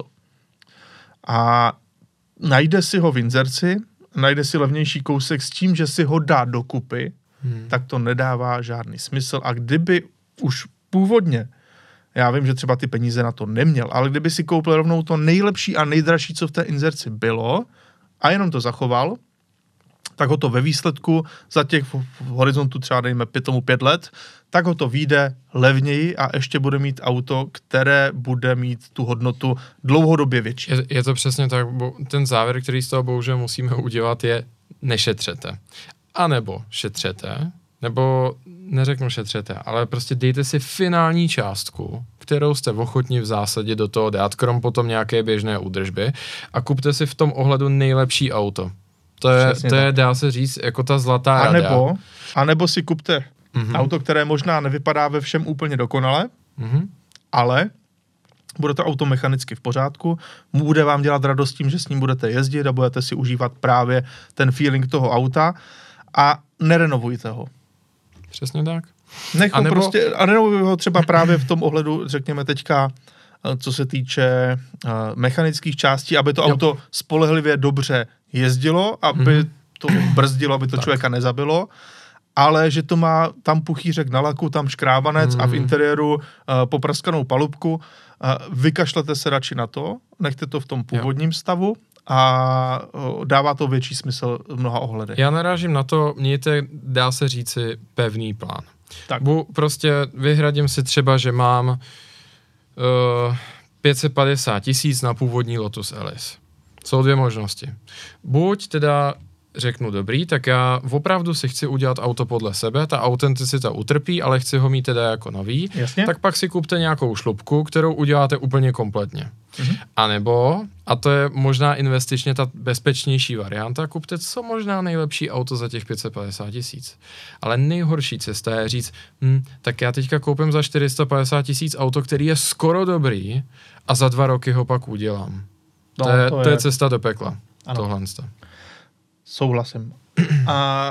a najde si ho v inzerci, najde si levnější kousek s tím, že si ho dá dokupy, hmm. tak to nedává žádný smysl a kdyby už původně, já vím, že třeba ty peníze na to neměl, ale kdyby si koupil rovnou to nejlepší a nejdražší, co v té inzerci bylo a jenom to zachoval, tak ho to ve výsledku za těch v, v horizontu třeba dejme pět, tomu pět let, tak ho to vyjde levněji a ještě bude mít auto, které bude mít tu hodnotu dlouhodobě větší. Je, je to přesně tak, bo ten závěr, který z toho bohužel musíme udělat, je nešetřete. A nebo šetřete, nebo neřeknu šetřete, ale prostě dejte si finální částku, kterou jste ochotni v zásadě do toho dát, krom potom nějaké běžné údržby a kupte si v tom ohledu nejlepší auto. To je, to je dá se říct, jako ta zlatá a rada. Nebo, a nebo si kupte mm-hmm. auto, které možná nevypadá ve všem úplně dokonale, mm-hmm. ale bude to auto mechanicky v pořádku, bude vám dělat radost tím, že s ním budete jezdit a budete si užívat právě ten feeling toho auta a nerenovujte ho. Přesně tak. Nech ho a nebo... prostě, a renovuj ho třeba právě v tom ohledu, řekněme teďka, co se týče uh, mechanických částí, aby to jo. auto spolehlivě dobře jezdilo, aby mm-hmm. to brzdilo, aby to tak. člověka nezabilo, ale že to má tam puchýřek na laku, tam škrábanec mm. a v interiéru uh, popraskanou palubku, uh, vykašlete se radši na to, nechte to v tom původním jo. stavu a uh, dává to větší smysl v mnoha ohledech. Já narážím na to, mějte, dá se říci, pevný plán. Tak. Bu, prostě vyhradím si třeba, že mám uh, pět set padesát tisíc na původní Lotus Elise. Jsou dvě možnosti. Buď teda řeknu dobrý, tak já opravdu si chci udělat auto podle sebe, ta autenticita utrpí, ale chci ho mít teda jako nový, Jasně. Tak pak si kupte nějakou šlupku, kterou uděláte úplně kompletně. Mhm. A nebo, a to je možná investičně ta bezpečnější varianta, kupte co možná nejlepší auto za těch pět set padesát tisíc. Ale nejhorší cesta je říct, hm, tak já teďka koupím za čtyři sta padesát tisíc auto, který je skoro dobrý a za dva roky ho pak udělám. No, to, je, to, je... to je cesta do pekla. Tohle. Souhlasím. A,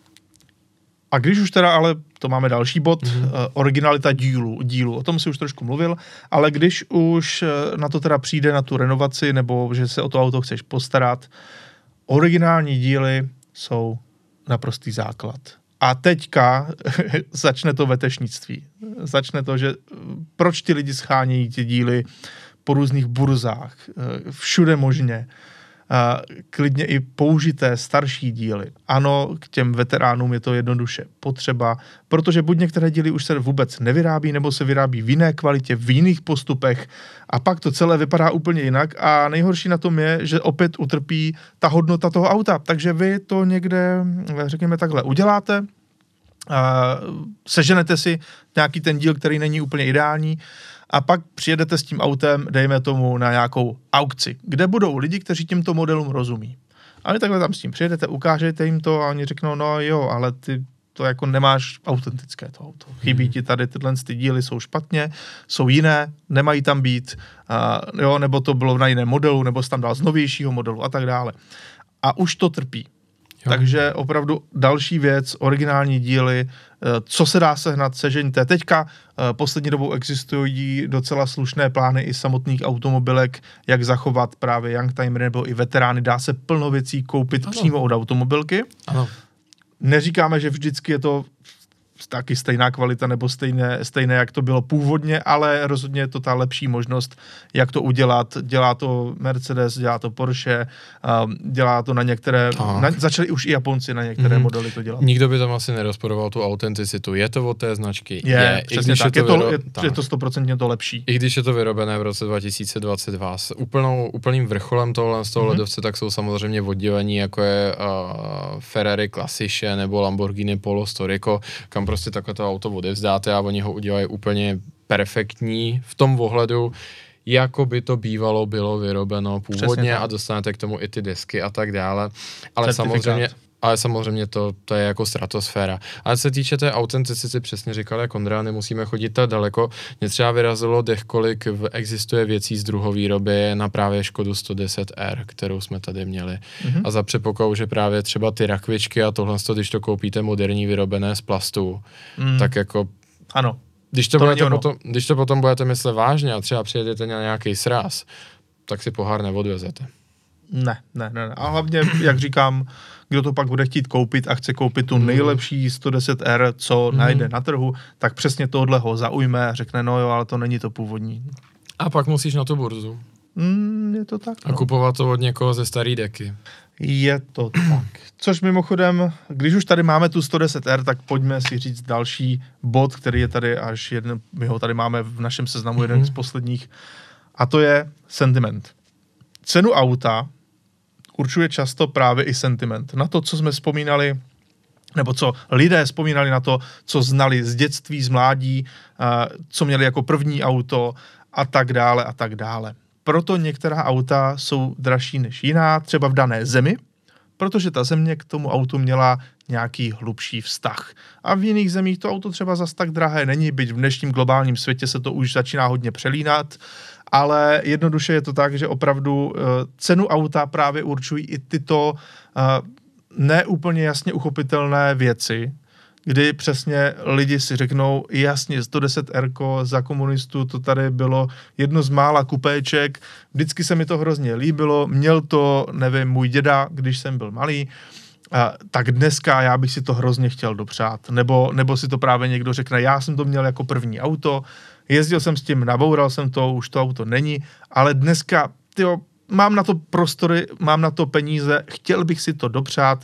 a když už teda, ale to máme další bod, mm-hmm. uh, originalita dílu, dílu, o tom si už trošku mluvil, ale když už uh, na to teda přijde, na tu renovaci, nebo že se o to auto chceš postarat, originální díly jsou naprostý základ. A teďka začne to vetešnictví. Začne to, že proč ty lidi schánějí ty díly po různých burzách, uh, všude možně. Uh, klidně i použité starší díly. Ano, k těm veteránům je to jednoduše potřeba, protože buď některé díly už se vůbec nevyrábí, nebo se vyrábí v jiné kvalitě, v jiných postupech a pak to celé vypadá úplně jinak a nejhorší na tom je, že opět utrpí ta hodnota toho auta. Takže vy to někde, řekněme takhle, uděláte, uh, seženete si nějaký ten díl, který není úplně ideální, a pak přijedete s tím autem, dejme tomu, na nějakou aukci, kde budou lidi, kteří těmto modelům rozumí. A vy takhle tam s tím přijedete, ukážete jim to a oni řeknou, no jo, ale ty to jako nemáš autentické to auto. Chybí ti tady tyhle ty díly, jsou špatně, jsou jiné, nemají tam být, a, jo, nebo to bylo na jiném modelu, nebo jsi tam dal z novějšího modelu a tak dále. A už to trpí. Jo. Takže opravdu další věc, originální díly, co se dá sehnat, sežeňte. Teďka poslední dobou existují docela slušné plány i samotných automobilek, jak zachovat právě youngtimery nebo i veterány. Dá se plno věcí koupit ano. přímo od automobilky. Ano. Neříkáme, že vždycky je to taky stejná kvalita nebo stejné, stejné, jak to bylo původně, ale rozhodně je to ta lepší možnost, jak to udělat. Dělá to Mercedes, dělá to Porsche, um, dělá to na některé, na, začali už i Japonci na některé mm. modely to dělat. Nikdo by tam asi nerozporoval tu autenticitu. Je to od té značky? Je, je. přesně tak. Je to, vyro... je, je to stoprocentně to lepší. I když je to vyrobené v roce dva tisíce dvacet dva. S úplnou, úplným vrcholem tohle z toho mm-hmm. ledovce, tak jsou samozřejmě oddělení, jako je uh, Ferrari Classiche nebo Lamborghini Polo Storico, kam prostě takhle to auto odevzdáte a oni ho udělají úplně perfektní v tom ohledu, jako by to bývalo bylo vyrobeno původně a dostanete k tomu i ty desky a tak dále. Ale samozřejmě, ale samozřejmě to, to je jako stratosféra. Ale se týče té autenticity, přesně říkal jak Ondra, nemusíme chodit tak daleko. Mě třeba vyrazilo dech, kolik existuje věcí z druhovýroby na právě Škodu sto deset R, kterou jsme tady měli. Mm-hmm. A za předpokladu, že právě třeba ty rakvičky a tohle, když to koupíte moderní vyrobené z plastu, mm. tak jako... Ano. Když to, to, budete potom, když to potom budete myslet vážně a třeba přijedete na nějaký sraz, tak si pohár neodvezete. Ne, ne, ne, ne. A hlavně, jak říkám, kdo to pak bude chtít koupit a chce koupit tu nejlepší sto deset R, co mm. najde na trhu, tak přesně tohle ho zaujme a řekne, no jo, ale to není to původní. A pak musíš na tu burzu. Mm, je to tak. A no. kupovat to od někoho ze starý deky. Je to tak. Což mimochodem, když už tady máme tu sto deset R, tak pojďme si říct další bod, který je tady až jeden, my ho tady máme v našem seznamu, mm-hmm. jeden z posledních, a to je sentiment. Cenu auta určuje často právě i sentiment. Na to, co jsme vzpomínali, nebo co lidé vzpomínali na to, co znali z dětství, z mládí, co měli jako první auto a tak dále a tak dále. Proto některá auta jsou dražší než jiná, třeba v dané zemi, protože ta země k tomu autu měla nějaký hlubší vztah. A v jiných zemích to auto třeba zas tak drahé není, byť v dnešním globálním světě se to už začíná hodně přelínat, ale jednoduše je to tak, že opravdu uh, cenu auta právě určují i tyto uh, neúplně jasně uchopitelné věci, kdy přesně lidi si řeknou, jasně, sto deset R za komunistů, to tady bylo jedno z mála kupéček, vždycky se mi to hrozně líbilo, měl to, nevím, můj děda, když jsem byl malý, a, tak dneska já bych si to hrozně chtěl dopřát, nebo, nebo si to právě někdo řekne, já jsem to měl jako první auto, jezdil jsem s tím, naboural jsem to, už to auto není, ale dneska, tyjo, mám na to prostory, mám na to peníze, chtěl bych si to dopřát,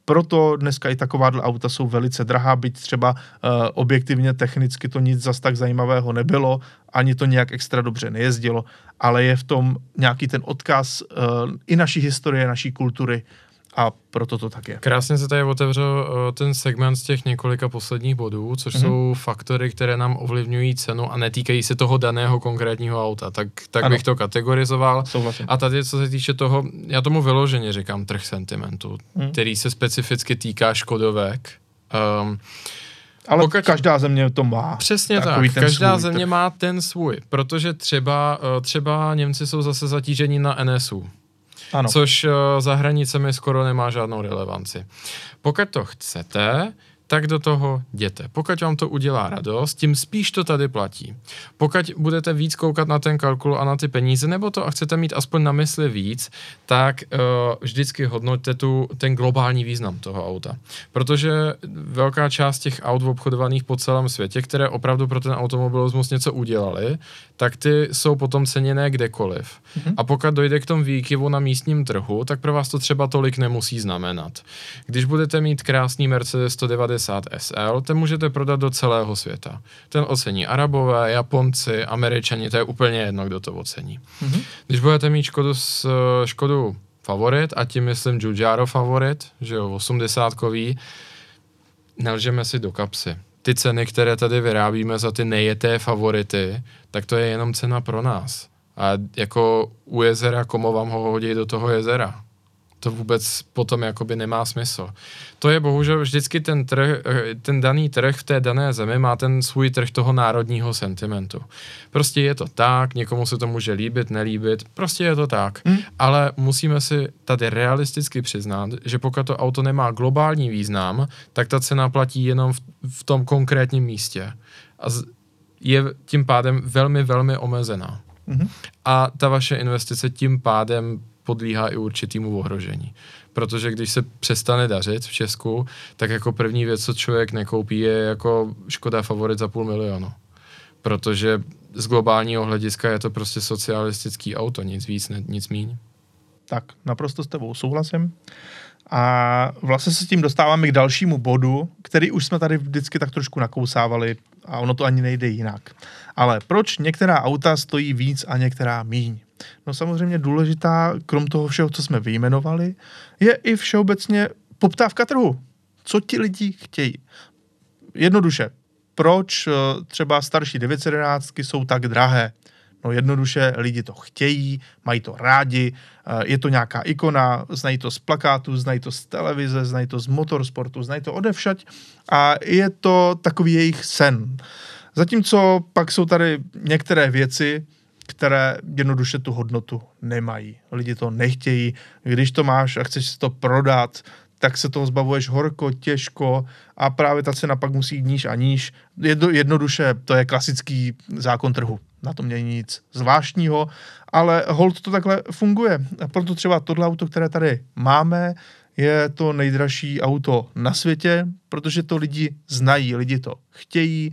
proto dneska i takováhle auta jsou velice drahá, byť třeba uh, objektivně technicky to nic zas tak zajímavého nebylo, ani to nějak extra dobře nejezdilo, ale je v tom nějaký ten odkaz uh, i naší historie, naší kultury, a proto to tak je. Krásně se tady otevřel uh, ten segment z těch několika posledních bodů, což mm-hmm. jsou faktory, které nám ovlivňují cenu a netýkají se toho daného konkrétního auta. Tak, tak bych to kategorizoval. Souhlasím. A tady, co se týče toho, já tomu vyloženě říkám trh sentimentu, mm. který se specificky týká Škodovek. Um, Ale pokud každá země to má. Přesně tak, každá svůj, země tak... má ten svůj, protože třeba, třeba Němci jsou zase zatíženi na N S U. Ano. Což uh, za hranicemi skoro nemá žádnou relevanci. Pokud to chcete, tak do toho jděte. Pokud vám to udělá radost, tím spíš to tady platí. Pokud budete víc koukat na ten kalkul a na ty peníze, nebo to a chcete mít aspoň na mysli víc, tak uh, vždycky hodnoťte tu, ten globální význam toho auta. Protože velká část těch aut obchodovaných po celém světě, které opravdu pro ten automobilismus něco udělali, tak ty jsou potom ceněné kdekoliv. Mm-hmm. A pokud dojde k tomu výkyvu na místním trhu, tak pro vás to třeba tolik nemusí znamenat. Když budete mít krásný Mercedes sto devadesát S L, ten můžete prodat do celého světa. Ten ocení Arabové, Japonci, Američani, to je úplně jedno, kdo to ocení. Mm-hmm. Když budete mít Škodu, s, Škodu Favorit, a tím myslím Giugiaro Favorit, že jo, osmdesátkový, nelžeme si do kapsy. Ty ceny, které tady vyrábíme za ty nejeté favority, tak to je jenom cena pro nás. A jako u jezera, komu vám ho hodí do toho jezera? To vůbec potom jakoby nemá smysl. To je bohužel vždycky ten trh, ten daný trh v té dané zemi má ten svůj trh toho národního sentimentu. Prostě je to tak, někomu se to může líbit, nelíbit, prostě je to tak. Hmm. Ale musíme si tady realisticky přiznat, že pokud to auto nemá globální význam, tak ta cena platí jenom v, v tom konkrétním místě. A z, je tím pádem velmi, velmi omezená. Hmm. A ta vaše investice tím pádem podlíhá i určitýmu ohrožení. Protože když se přestane dařit v Česku, tak jako první věc, co člověk nekoupí, je jako Škoda Favorit za půl milionu. Protože z globálního hlediska je to prostě socialistický auto, nic víc, ne, nic míň. Tak, naprosto s tebou souhlasím. A vlastně se s tím dostáváme k dalšímu bodu, který už jsme tady vždycky tak trošku nakousávali a ono to ani nejde jinak. Ale proč některá auta stojí víc a některá míň? No samozřejmě důležitá, krom toho všeho, co jsme vyjmenovali, je i všeobecně poptávka trhu. Co ti lidi chtějí? Jednoduše, proč třeba starší devět set jedenáct jsou tak drahé? No jednoduše, lidi to chtějí, mají to rádi, je to nějaká ikona, znají to z plakátů, znají to z televize, znají to z motorsportu, znají to odevšať a je to takový jejich sen. Zatímco pak jsou tady některé věci, které jednoduše tu hodnotu nemají. Lidi to nechtějí, když to máš a chceš si to prodat, tak se toho zbavuješ horko, těžko a právě ta cena pak musí jít níž a níž. Jedno, jednoduše, to je klasický zákon trhu. Na tom není nic zvláštního, ale holt to takhle funguje. A proto třeba tohle auto, které tady máme, je to nejdražší auto na světě, protože to lidi znají, lidi to chtějí,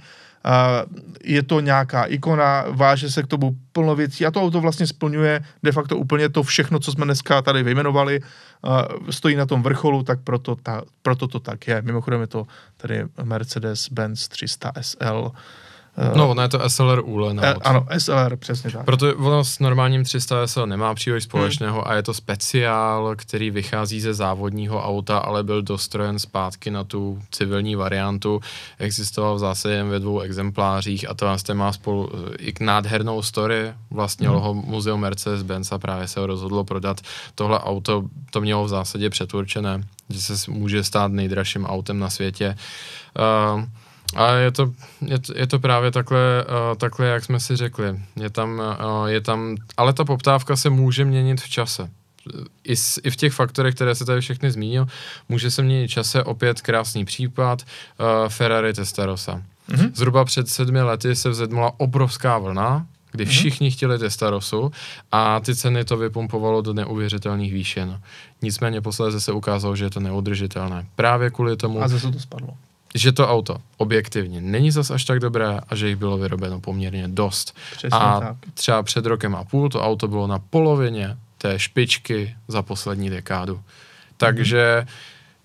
je to nějaká ikona, váže se k tomu plno věcí a to auto vlastně splňuje de facto úplně to všechno, co jsme dneska tady vyjmenovali, stojí na tom vrcholu, tak proto, ta, proto to tak je. Mimochodem je to tady Mercedes-Benz tři sta S L. No, ono je to S L R úle. E, ano, S L R, přesně tak. Proto ono s normálním tři sta S L nemá příliš společného hmm. a je to speciál, který vychází ze závodního auta, ale byl dostrojen zpátky na tu civilní variantu. Existoval v zásadě jen ve dvou exemplářích a to vlastně má spolu i nádhernou story. Vlastně hmm. ho muzeum Mercedes-Benz a právě se ho rozhodlo prodat. Tohle auto to mělo v zásadě předurčené, že se může stát nejdražším autem na světě. Uh, A je to, je to, je to právě takhle, uh, takhle, jak jsme si řekli. Je tam, uh, je tam, ale ta poptávka se může měnit v čase. I, s, I v těch faktorech, které se tady všechny zmínil, může se měnit v čase. Opět krásný případ, uh, Ferrari Testarossa. Mm-hmm. Zhruba před sedmi lety se vzedmula obrovská vlna, kdy všichni chtěli Testarosu a ty ceny to vypumpovalo do neuvěřitelných výšin. Nicméně posléze se ukázalo, že je to neudržitelné. Právě kvůli tomu... A zase to spadlo. Že to auto objektivně není zas až tak dobré a že jich bylo vyrobeno poměrně dost. Přesně a tak. třeba před rokem a půl to auto bylo na polovině té špičky za poslední dekádu. Takže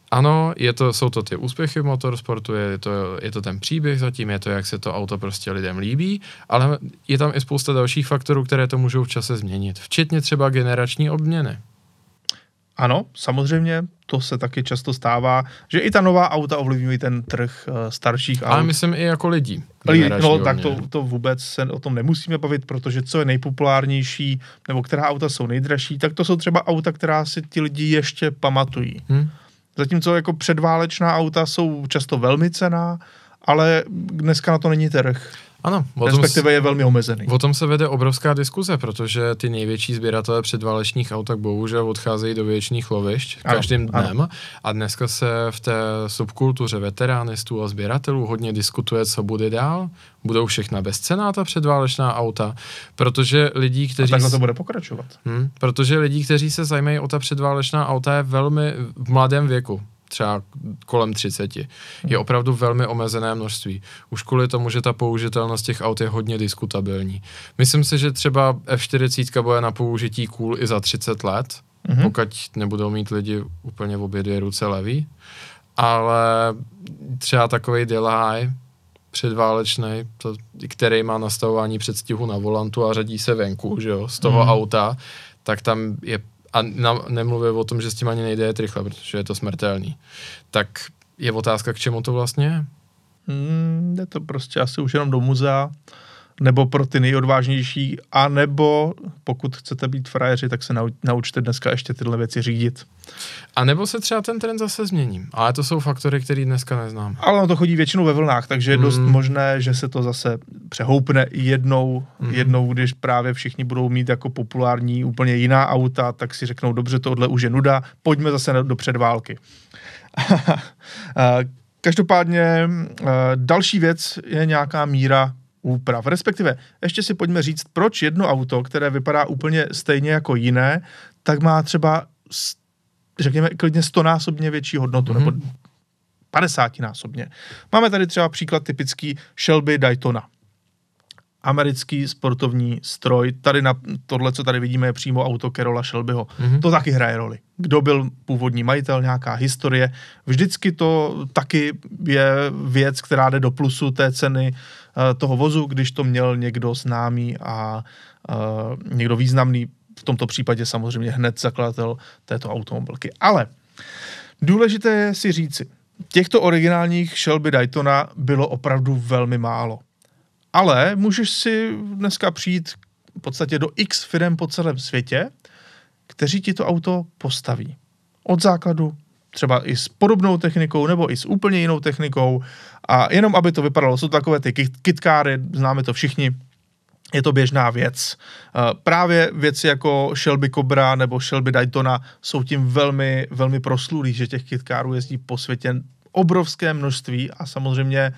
ano, je to, jsou to ty úspěchy v motorsportu, je to, je to ten příběh zatím, je to, jak se to auto prostě lidem líbí, ale je tam i spousta dalších faktorů, které to můžou v čase změnit, včetně třeba generační obměny. Ano, samozřejmě, to se taky často stává, že i ta nová auta ovlivňují ten trh uh, starších aut. Ale myslím i jako lidí. No tak to, to vůbec se o tom nemusíme bavit, protože co je nejpopulárnější, nebo která auta jsou nejdražší, tak to jsou třeba auta, která si ti lidi ještě pamatují. Hmm. Zatímco jako předválečná auta jsou často velmi cenná, ale dneska na to není trh. Ano, respektive je velmi omezený. O tom se vede obrovská diskuze, protože ty největší sběratelé předválečných aut tak bohužel odcházejí do věčných lovišť každým ano, dnem ano. A dneska se v té subkultuře veteránistů a sběratelů hodně diskutuje, co bude dál. Budou všechna bezcenná ta předválečná auta, protože lidí, kteří... A takhle to bude pokračovat. Hm, protože lidí, kteří se zajímají o ta předválečná auta je velmi v mladém věku. Třeba kolem třiceti. Je opravdu velmi omezené množství. Už kvůli tomu, že ta použitelnost těch aut je hodně diskutabilní. Myslím si, že třeba F čtyřicet bude na použití cool i za třicet let, mm-hmm. pokud nebudou mít lidi úplně v obě dvě ruce levý. Ale třeba takovej Delay předválečnej, to, který má nastavování předstihu na volantu a řadí se venku, že jo, z toho mm-hmm. auta, tak tam je a na, nemluvím o tom, že s tím ani nejde jet rychle, protože je to smrtelný. Tak je otázka, k čemu to vlastně je? Hmm, je to prostě asi už jenom do muzea, nebo pro ty nejodvážnější, a nebo pokud chcete být frajeři, tak se nau, naučte dneska ještě tyhle věci řídit. A nebo se třeba ten trend zase změní. Ale to jsou faktory, které dneska neznáme. Ale ono to chodí většinou ve vlnách, takže je mm. dost možné, že se to zase přehoupne jednou, mm. jednou, když právě všichni budou mít jako populární úplně jiná auta, tak si řeknou, dobře, tohle už je nuda, pojďme zase do předválky. Každopádně další věc je nějaká míra úprav. Respektive, ještě si pojďme říct, proč jedno auto, které vypadá úplně stejně jako jiné, tak má třeba, řekněme, klidně stonásobně větší hodnotu, mm-hmm. nebo padesátinásobně. Máme tady třeba příklad typický Shelby Daytona. Americký sportovní stroj. Tady na tohle, co tady vidíme, je přímo auto Carola Shelbyho. Mm-hmm. To taky hraje roli. Kdo byl původní majitel, nějaká historie. Vždycky to taky je věc, která jde do plusu té ceny uh, toho vozu, když to měl někdo známý a uh, někdo významný, v tomto případě samozřejmě hned zakladatel této automobilky. Ale důležité je si říci, těchto originálních Shelby Daytona bylo opravdu velmi málo. Ale můžeš si dneska přijít v podstatě do X firem po celém světě, kteří ti to auto postaví. Od základu, třeba i s podobnou technikou, nebo i s úplně jinou technikou. A jenom aby to vypadalo, jsou to takové ty kitkáry, známe to všichni, je to běžná věc. Právě věci jako Shelby Cobra nebo Shelby Daytona jsou tím velmi, velmi proslulí, že těch kitkárů jezdí po světě obrovské množství a samozřejmě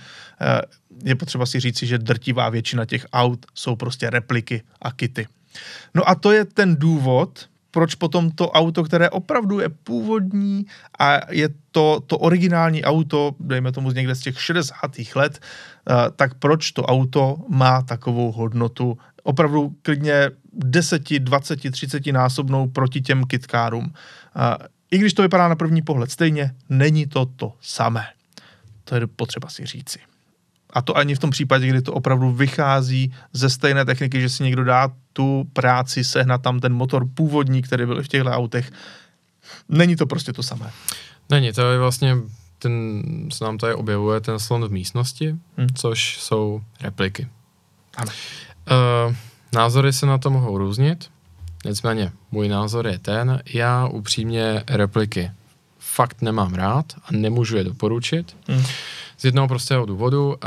je potřeba si říci, že drtivá většina těch aut jsou prostě repliky a kity. No a to je ten důvod, proč potom to auto, které opravdu je původní a je to, to originální auto, dejme tomu z někde z těch šedesátých let, tak proč to auto má takovou hodnotu opravdu klidně deset, dvacet, třicet násobnou proti těm kitkárům. I když to vypadá na první pohled stejně, není to to samé. To je potřeba si říci. A to ani v tom případě, kdy to opravdu vychází ze stejné techniky, že si někdo dá tu práci sehnat tam ten motor původní, který byl v těchto autech. Není to prostě to samé. Není, to je vlastně, ten, se nám tady objevuje ten slon v místnosti, hmm. což jsou repliky. Ano. Uh, názory se na to mohou různit, nicméně můj názor je ten, já upřímně repliky fakt nemám rád a nemůžu je doporučit. Hmm. Z jednoho prostého důvodu, uh,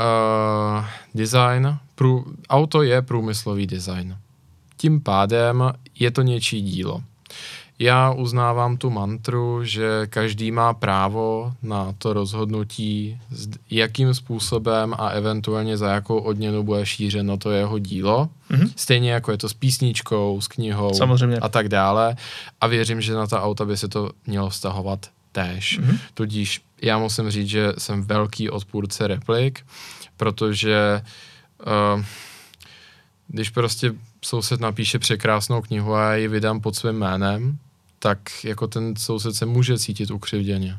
design, prů, auto je průmyslový design. Tím pádem je to něčí dílo. Já uznávám tu mantru, že každý má právo na to rozhodnutí, jakým způsobem a eventuálně za jakou odměnu bude šířeno to jeho dílo. Mm-hmm. Stejně jako je to s písničkou, s knihou Samozřejmě. A tak dále. A věřím, že na ta auta by se to mělo vztahovat též. Mm-hmm. Tudíž já musím říct, že jsem velký odpůrce replik, protože uh, když prostě soused napíše překrásnou knihu a já ji vydám pod svým jménem, tak jako ten soused se může cítit ukřivděně.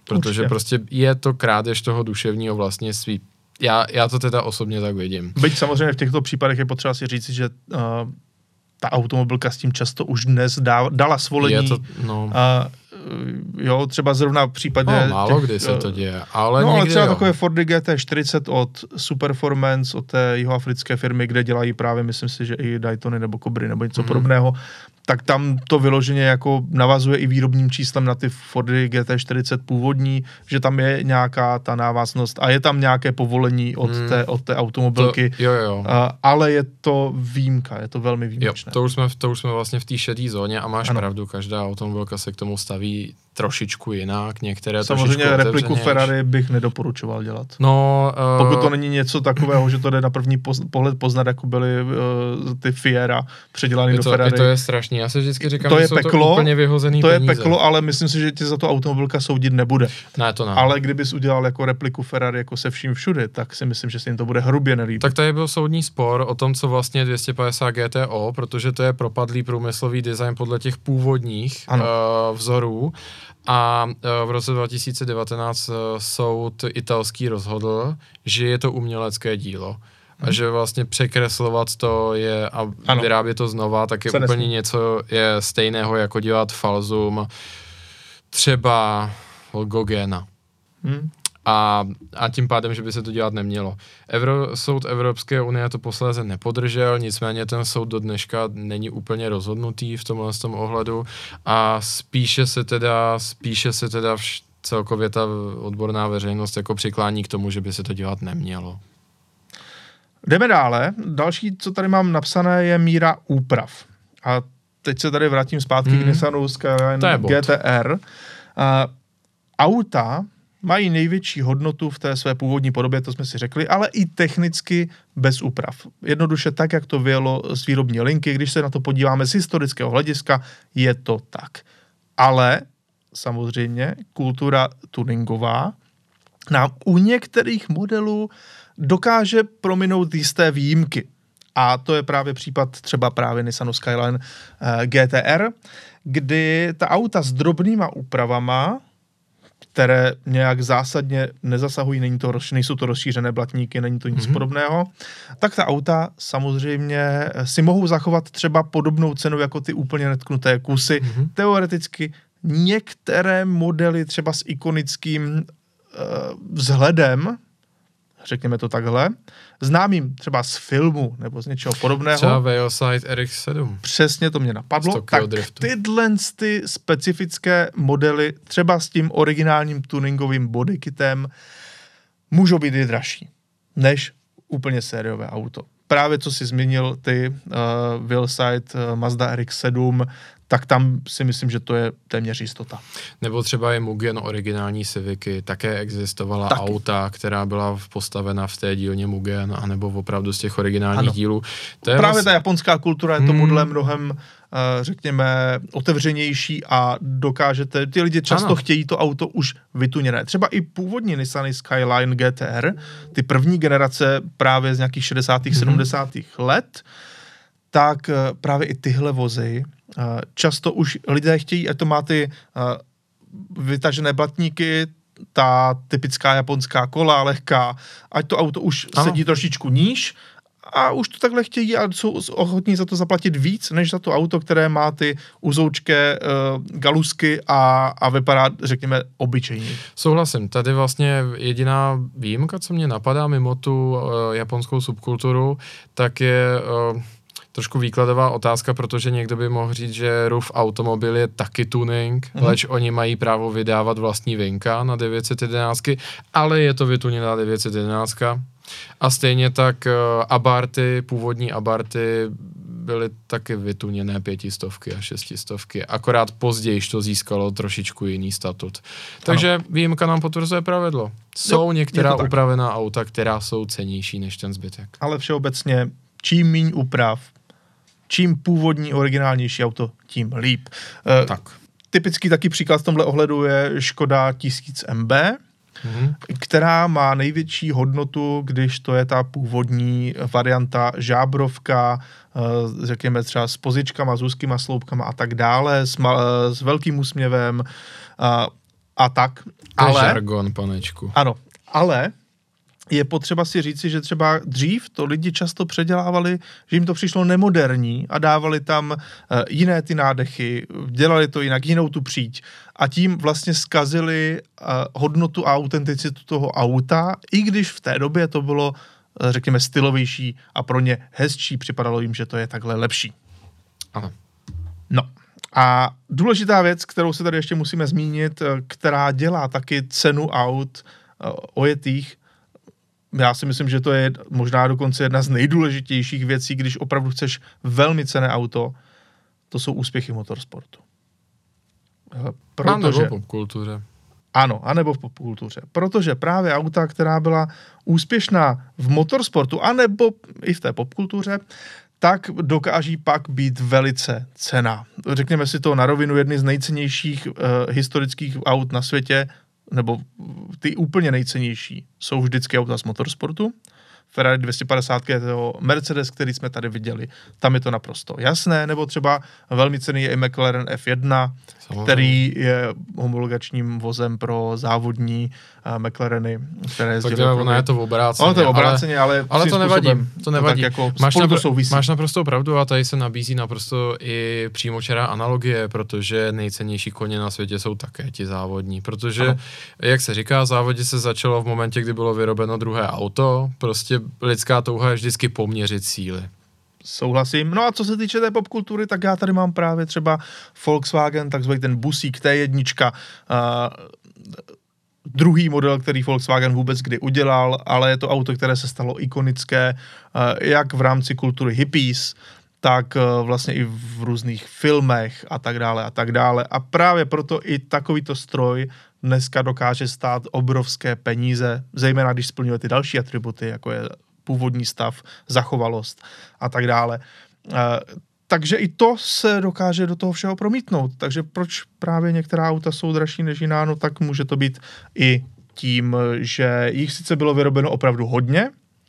protože Určitě. prostě je to krádež toho duševního vlastnictví. Já, já to teda osobně tak vidím. Byť samozřejmě v těchto případech je potřeba si říct, že uh, ta automobilka s tím často už dnes dá, dala svolení. Je to, no. Uh, jo, třeba zrovna v případě... No, málo těch, kdy se to děje, ale no, někdy ale třeba jo. takové Fordy G T čtyřicet od Superformance, od té jihoafrické firmy, kde dělají právě, myslím si, že i Daytony nebo Cobry nebo něco mm-hmm. podobného, tak tam to vyloženě jako navazuje i výrobním číslem na ty Fordy G T čtyřicet původní, že tam je nějaká ta návaznost a je tam nějaké povolení od, mm. té, od té automobilky, to, jo, jo. Uh, ale je to výjimka, je to velmi výjimečné. Jo, to už jsme, to už jsme vlastně v té šedé zóně a máš ano. pravdu, každá automobilka se k tomu staví trošičku jinak, některé samozřejmě repliku Ferrari bych nedoporučoval dělat. No, uh, pokud to není něco takového, že to jde na první poz, pohled poznat, jako byly uh, ty Fiera předělané do to, Ferrari. To je strašný, já se vždycky říkám, to že je jsou peklo, to úplně vyhozený to peníze. je peklo, ale myslím si, že tě za to automobilka soudit nebude. Ne, to ne. Ale kdybys udělal jako repliku Ferrari jako se vším všude, tak si myslím, že se jim to bude hrubě nelíbit. Tak tady byl soudní spor o tom, co vlastně dvě stě padesát G T O, protože to je propadlý průmyslový design podle těch původních uh, vzorů. A uh, v roce dva tisíce devatenáct uh, soud italský rozhodl, že je to umělecké dílo. Hmm. A že vlastně překreslovat to je a ano. vyrábět to znova, tak je Se úplně nesmí. něco je stejného, jako dělat falzum třeba Gogena. Hmm. A, a tím pádem, že by se to dělat nemělo. Evro, soud Evropské unie to posléze nepodržel, nicméně ten soud do dneška není úplně rozhodnutý v tomhle tom ohledu a spíše se teda, spíše se teda vš, celkově ta odborná veřejnost jako přiklání k tomu, že by se to dělat nemělo. Jdeme dále. Další, co tady mám napsané, je míra úprav. A teď se tady vrátím zpátky hmm. k Nissanu Skyline G T R. Uh, auta mají největší hodnotu v té své původní podobě, to jsme si řekli, ale i technicky bez úprav. Jednoduše tak, jak to vyjelo z výrobní linky, když se na to podíváme z historického hlediska, je to tak. Ale samozřejmě kultura tuningová nám u některých modelů dokáže prominout jisté výjimky. A to je právě případ třeba právě Nissanu Skyline uh, G T R, kdy ta auta s drobnýma úpravama, které nějak zásadně nezasahují, není to, nejsou to rozšířené blatníky, není to nic mm-hmm. podobného, tak ta auta samozřejmě si mohou zachovat třeba podobnou cenu jako ty úplně netknuté kusy. Mm-hmm. Teoreticky některé modely třeba s ikonickým uh, vzhledem, řekněme to takhle, známým třeba z filmu nebo z něčeho podobného. Třeba Veilside R X sedm. Přesně to mě napadlo. Tak driftu. Tyhle ty specifické modely třeba s tím originálním tuningovým bodykitem můžou být i dražší než úplně sériové auto. Právě co si zmínil ty uh, Veilside uh, Mazda R X sedm, tak tam si myslím, že to je téměř jistota. Nebo třeba je Mugen originální Civicy, také existovala Taky. auta, která byla postavena v té dílně Mugen, anebo opravdu z těch originálních ano. dílů. To je Právě vlastně... ta japonská kultura je tomuhle hmm. mnohem, řekněme, otevřenější a dokážete, ty lidi často ano. chtějí to auto už vytuněné. Třeba i původní Nissan Skyline G T R, ty první generace právě z nějakých šedesátých, hmm. sedmdesátých let, tak právě i tyhle vozy často už lidé chtějí, ať to má ty vytažené blatníky, ta typická japonská kola, lehká, ať to auto už Aha. sedí trošičku níž a už to takhle chtějí a jsou ochotní za to zaplatit víc, než za to auto, které má ty uzoučké uh, galusky a, a vypadá, řekněme, obyčejně. Souhlasím, tady vlastně jediná výjimka, co mě napadá mimo tu uh, japonskou subkulturu, tak je... Uh, trošku výkladová otázka, protože někdo by mohl říct, že roof automobil je taky tuning, mm. leč oni mají právo vydávat vlastní vinka na devět set jedenáct, ale je to vytuněná devět set jedenáct. A stejně tak uh, Abarty, původní Abarty byly taky vytuněné pětistovky a šestistovky, akorát později to získalo trošičku jiný statut. Takže ano. výjimka nám potvrzuje pravidlo. Jsou jo, některá upravená auta, která jsou cennější než ten zbytek. Ale všeobecně čím míň úprav, čím původní, originálnější auto, tím líp. E, tak. Typický taky příklad v tomhle ohledu je Škoda tisíc M B, mm-hmm. která má největší hodnotu, když to je ta původní varianta žábrovka, e, řekněme třeba s pozičkama, s úzkýma sloupkama a tak dále, s, ma, s velkým úsměvem. A, a tak. To ale, je žargon, panečku. Ano, ale je potřeba si říci, že třeba dřív to lidi často předělávali, že jim to přišlo nemoderní a dávali tam uh, jiné ty nádechy, dělali to jinak, jinou tu příď a tím vlastně zkazili uh, hodnotu a autenticitu toho auta, i když v té době to bylo, uh, řekněme, stylovější a pro ně hezčí, připadalo jim, že to je takhle lepší. Ano. No. A důležitá věc, kterou se tady ještě musíme zmínit, která dělá taky cenu aut uh, ojetých, já si myslím, že to je možná dokonce jedna z nejdůležitějších věcí, když opravdu chceš velmi cenné auto, to jsou úspěchy motorsportu. Protože, a nebo v popkultuře. Ano, anebo v popkultuře. Protože právě auta, která byla úspěšná v motorsportu, anebo i v té popkultuře, tak dokáží pak být velice cenná. Řekněme si to na rovinu, jedny z nejcennějších uh, historických aut na světě, nebo ty úplně nejcennější, jsou vždycky auta z motorsportu. Ferrari dvě stě padesát je to Mercedes, který jsme tady viděli. Tam je to naprosto jasné, nebo třeba velmi cenný je i McLaren F jedna, samozřejmě, který je homologačním vozem pro závodní uh, McLareny, které jezdily. Tak ono je to v obráceně. Ono to je obráceně, ale, ale, ale to nevadí. To nevadí. To jako máš, napr- máš naprosto pravdu a tady se nabízí naprosto i přímočará analogie, protože nejcennější koně na světě jsou také ti závodní. Protože, ano, jak se říká, závodě se začalo v momentě, kdy bylo vyrobeno druhé auto. Prostě lidská touha je vždycky poměřit síly. Souhlasím. No a co se týče té popkultury, tak já tady mám právě třeba Volkswagen, takzvaný ten busík T jedna, uh, druhý model, který Volkswagen vůbec kdy udělal, ale je to auto, které se stalo ikonické, uh, jak v rámci kultury hippies, tak uh, vlastně i v různých filmech a tak dále a tak dále. A právě proto i takovýto stroj dneska dokáže stát obrovské peníze, zejména když splňuje ty další atributy, jako je původní stav, zachovalost a tak dále. E, takže i to se dokáže do toho všeho promítnout. Takže proč právě některá auta jsou dražší než jiná, no tak může to být i tím, že jich sice bylo vyrobeno opravdu hodně,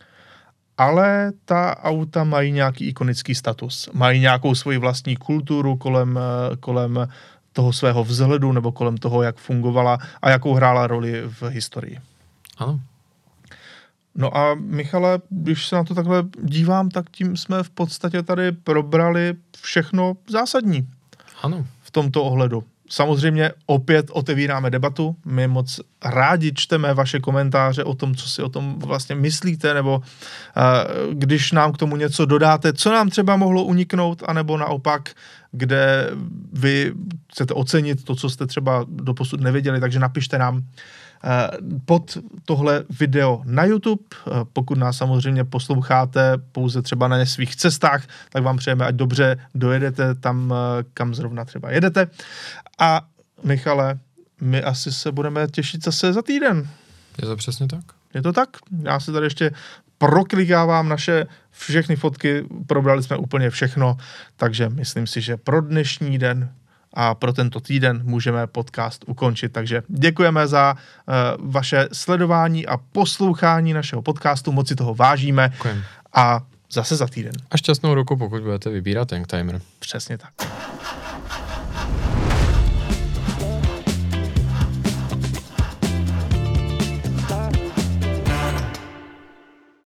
ale ta auta mají nějaký ikonický status. Mají nějakou svoji vlastní kulturu kolem, kolem toho svého vzhledu nebo kolem toho, jak fungovala a jakou hrála roli v historii. Ano. No a Michale, když se na to takhle dívám, tak tím jsme v podstatě tady probrali všechno zásadní. Ano. V tomto ohledu. Samozřejmě opět otevíráme debatu. My moc rádi čteme vaše komentáře o tom, co si o tom vlastně myslíte, nebo uh, když nám k tomu něco dodáte, co nám třeba mohlo uniknout, anebo naopak, kde vy chcete ocenit to, co jste třeba doposud nevěděli, takže napište nám pod tohle video na YouTube. Pokud nás samozřejmě posloucháte pouze třeba na svých cestách, tak vám přejeme, ať dobře dojedete tam, kam zrovna třeba jedete. A Michale, my asi se budeme těšit zase za týden. Je to přesně tak? Je to tak? Já si tady ještě proklikávám naše všechny fotky, probrali jsme úplně všechno, takže myslím si, že pro dnešní den a pro tento týden můžeme podcast ukončit. Takže děkujeme za uh, vaše sledování a poslouchání našeho podcastu, moc si toho vážíme. Děkujem. A zase za týden. A šťastnou ruku, pokud budete vybírat Youngtimer. Přesně tak.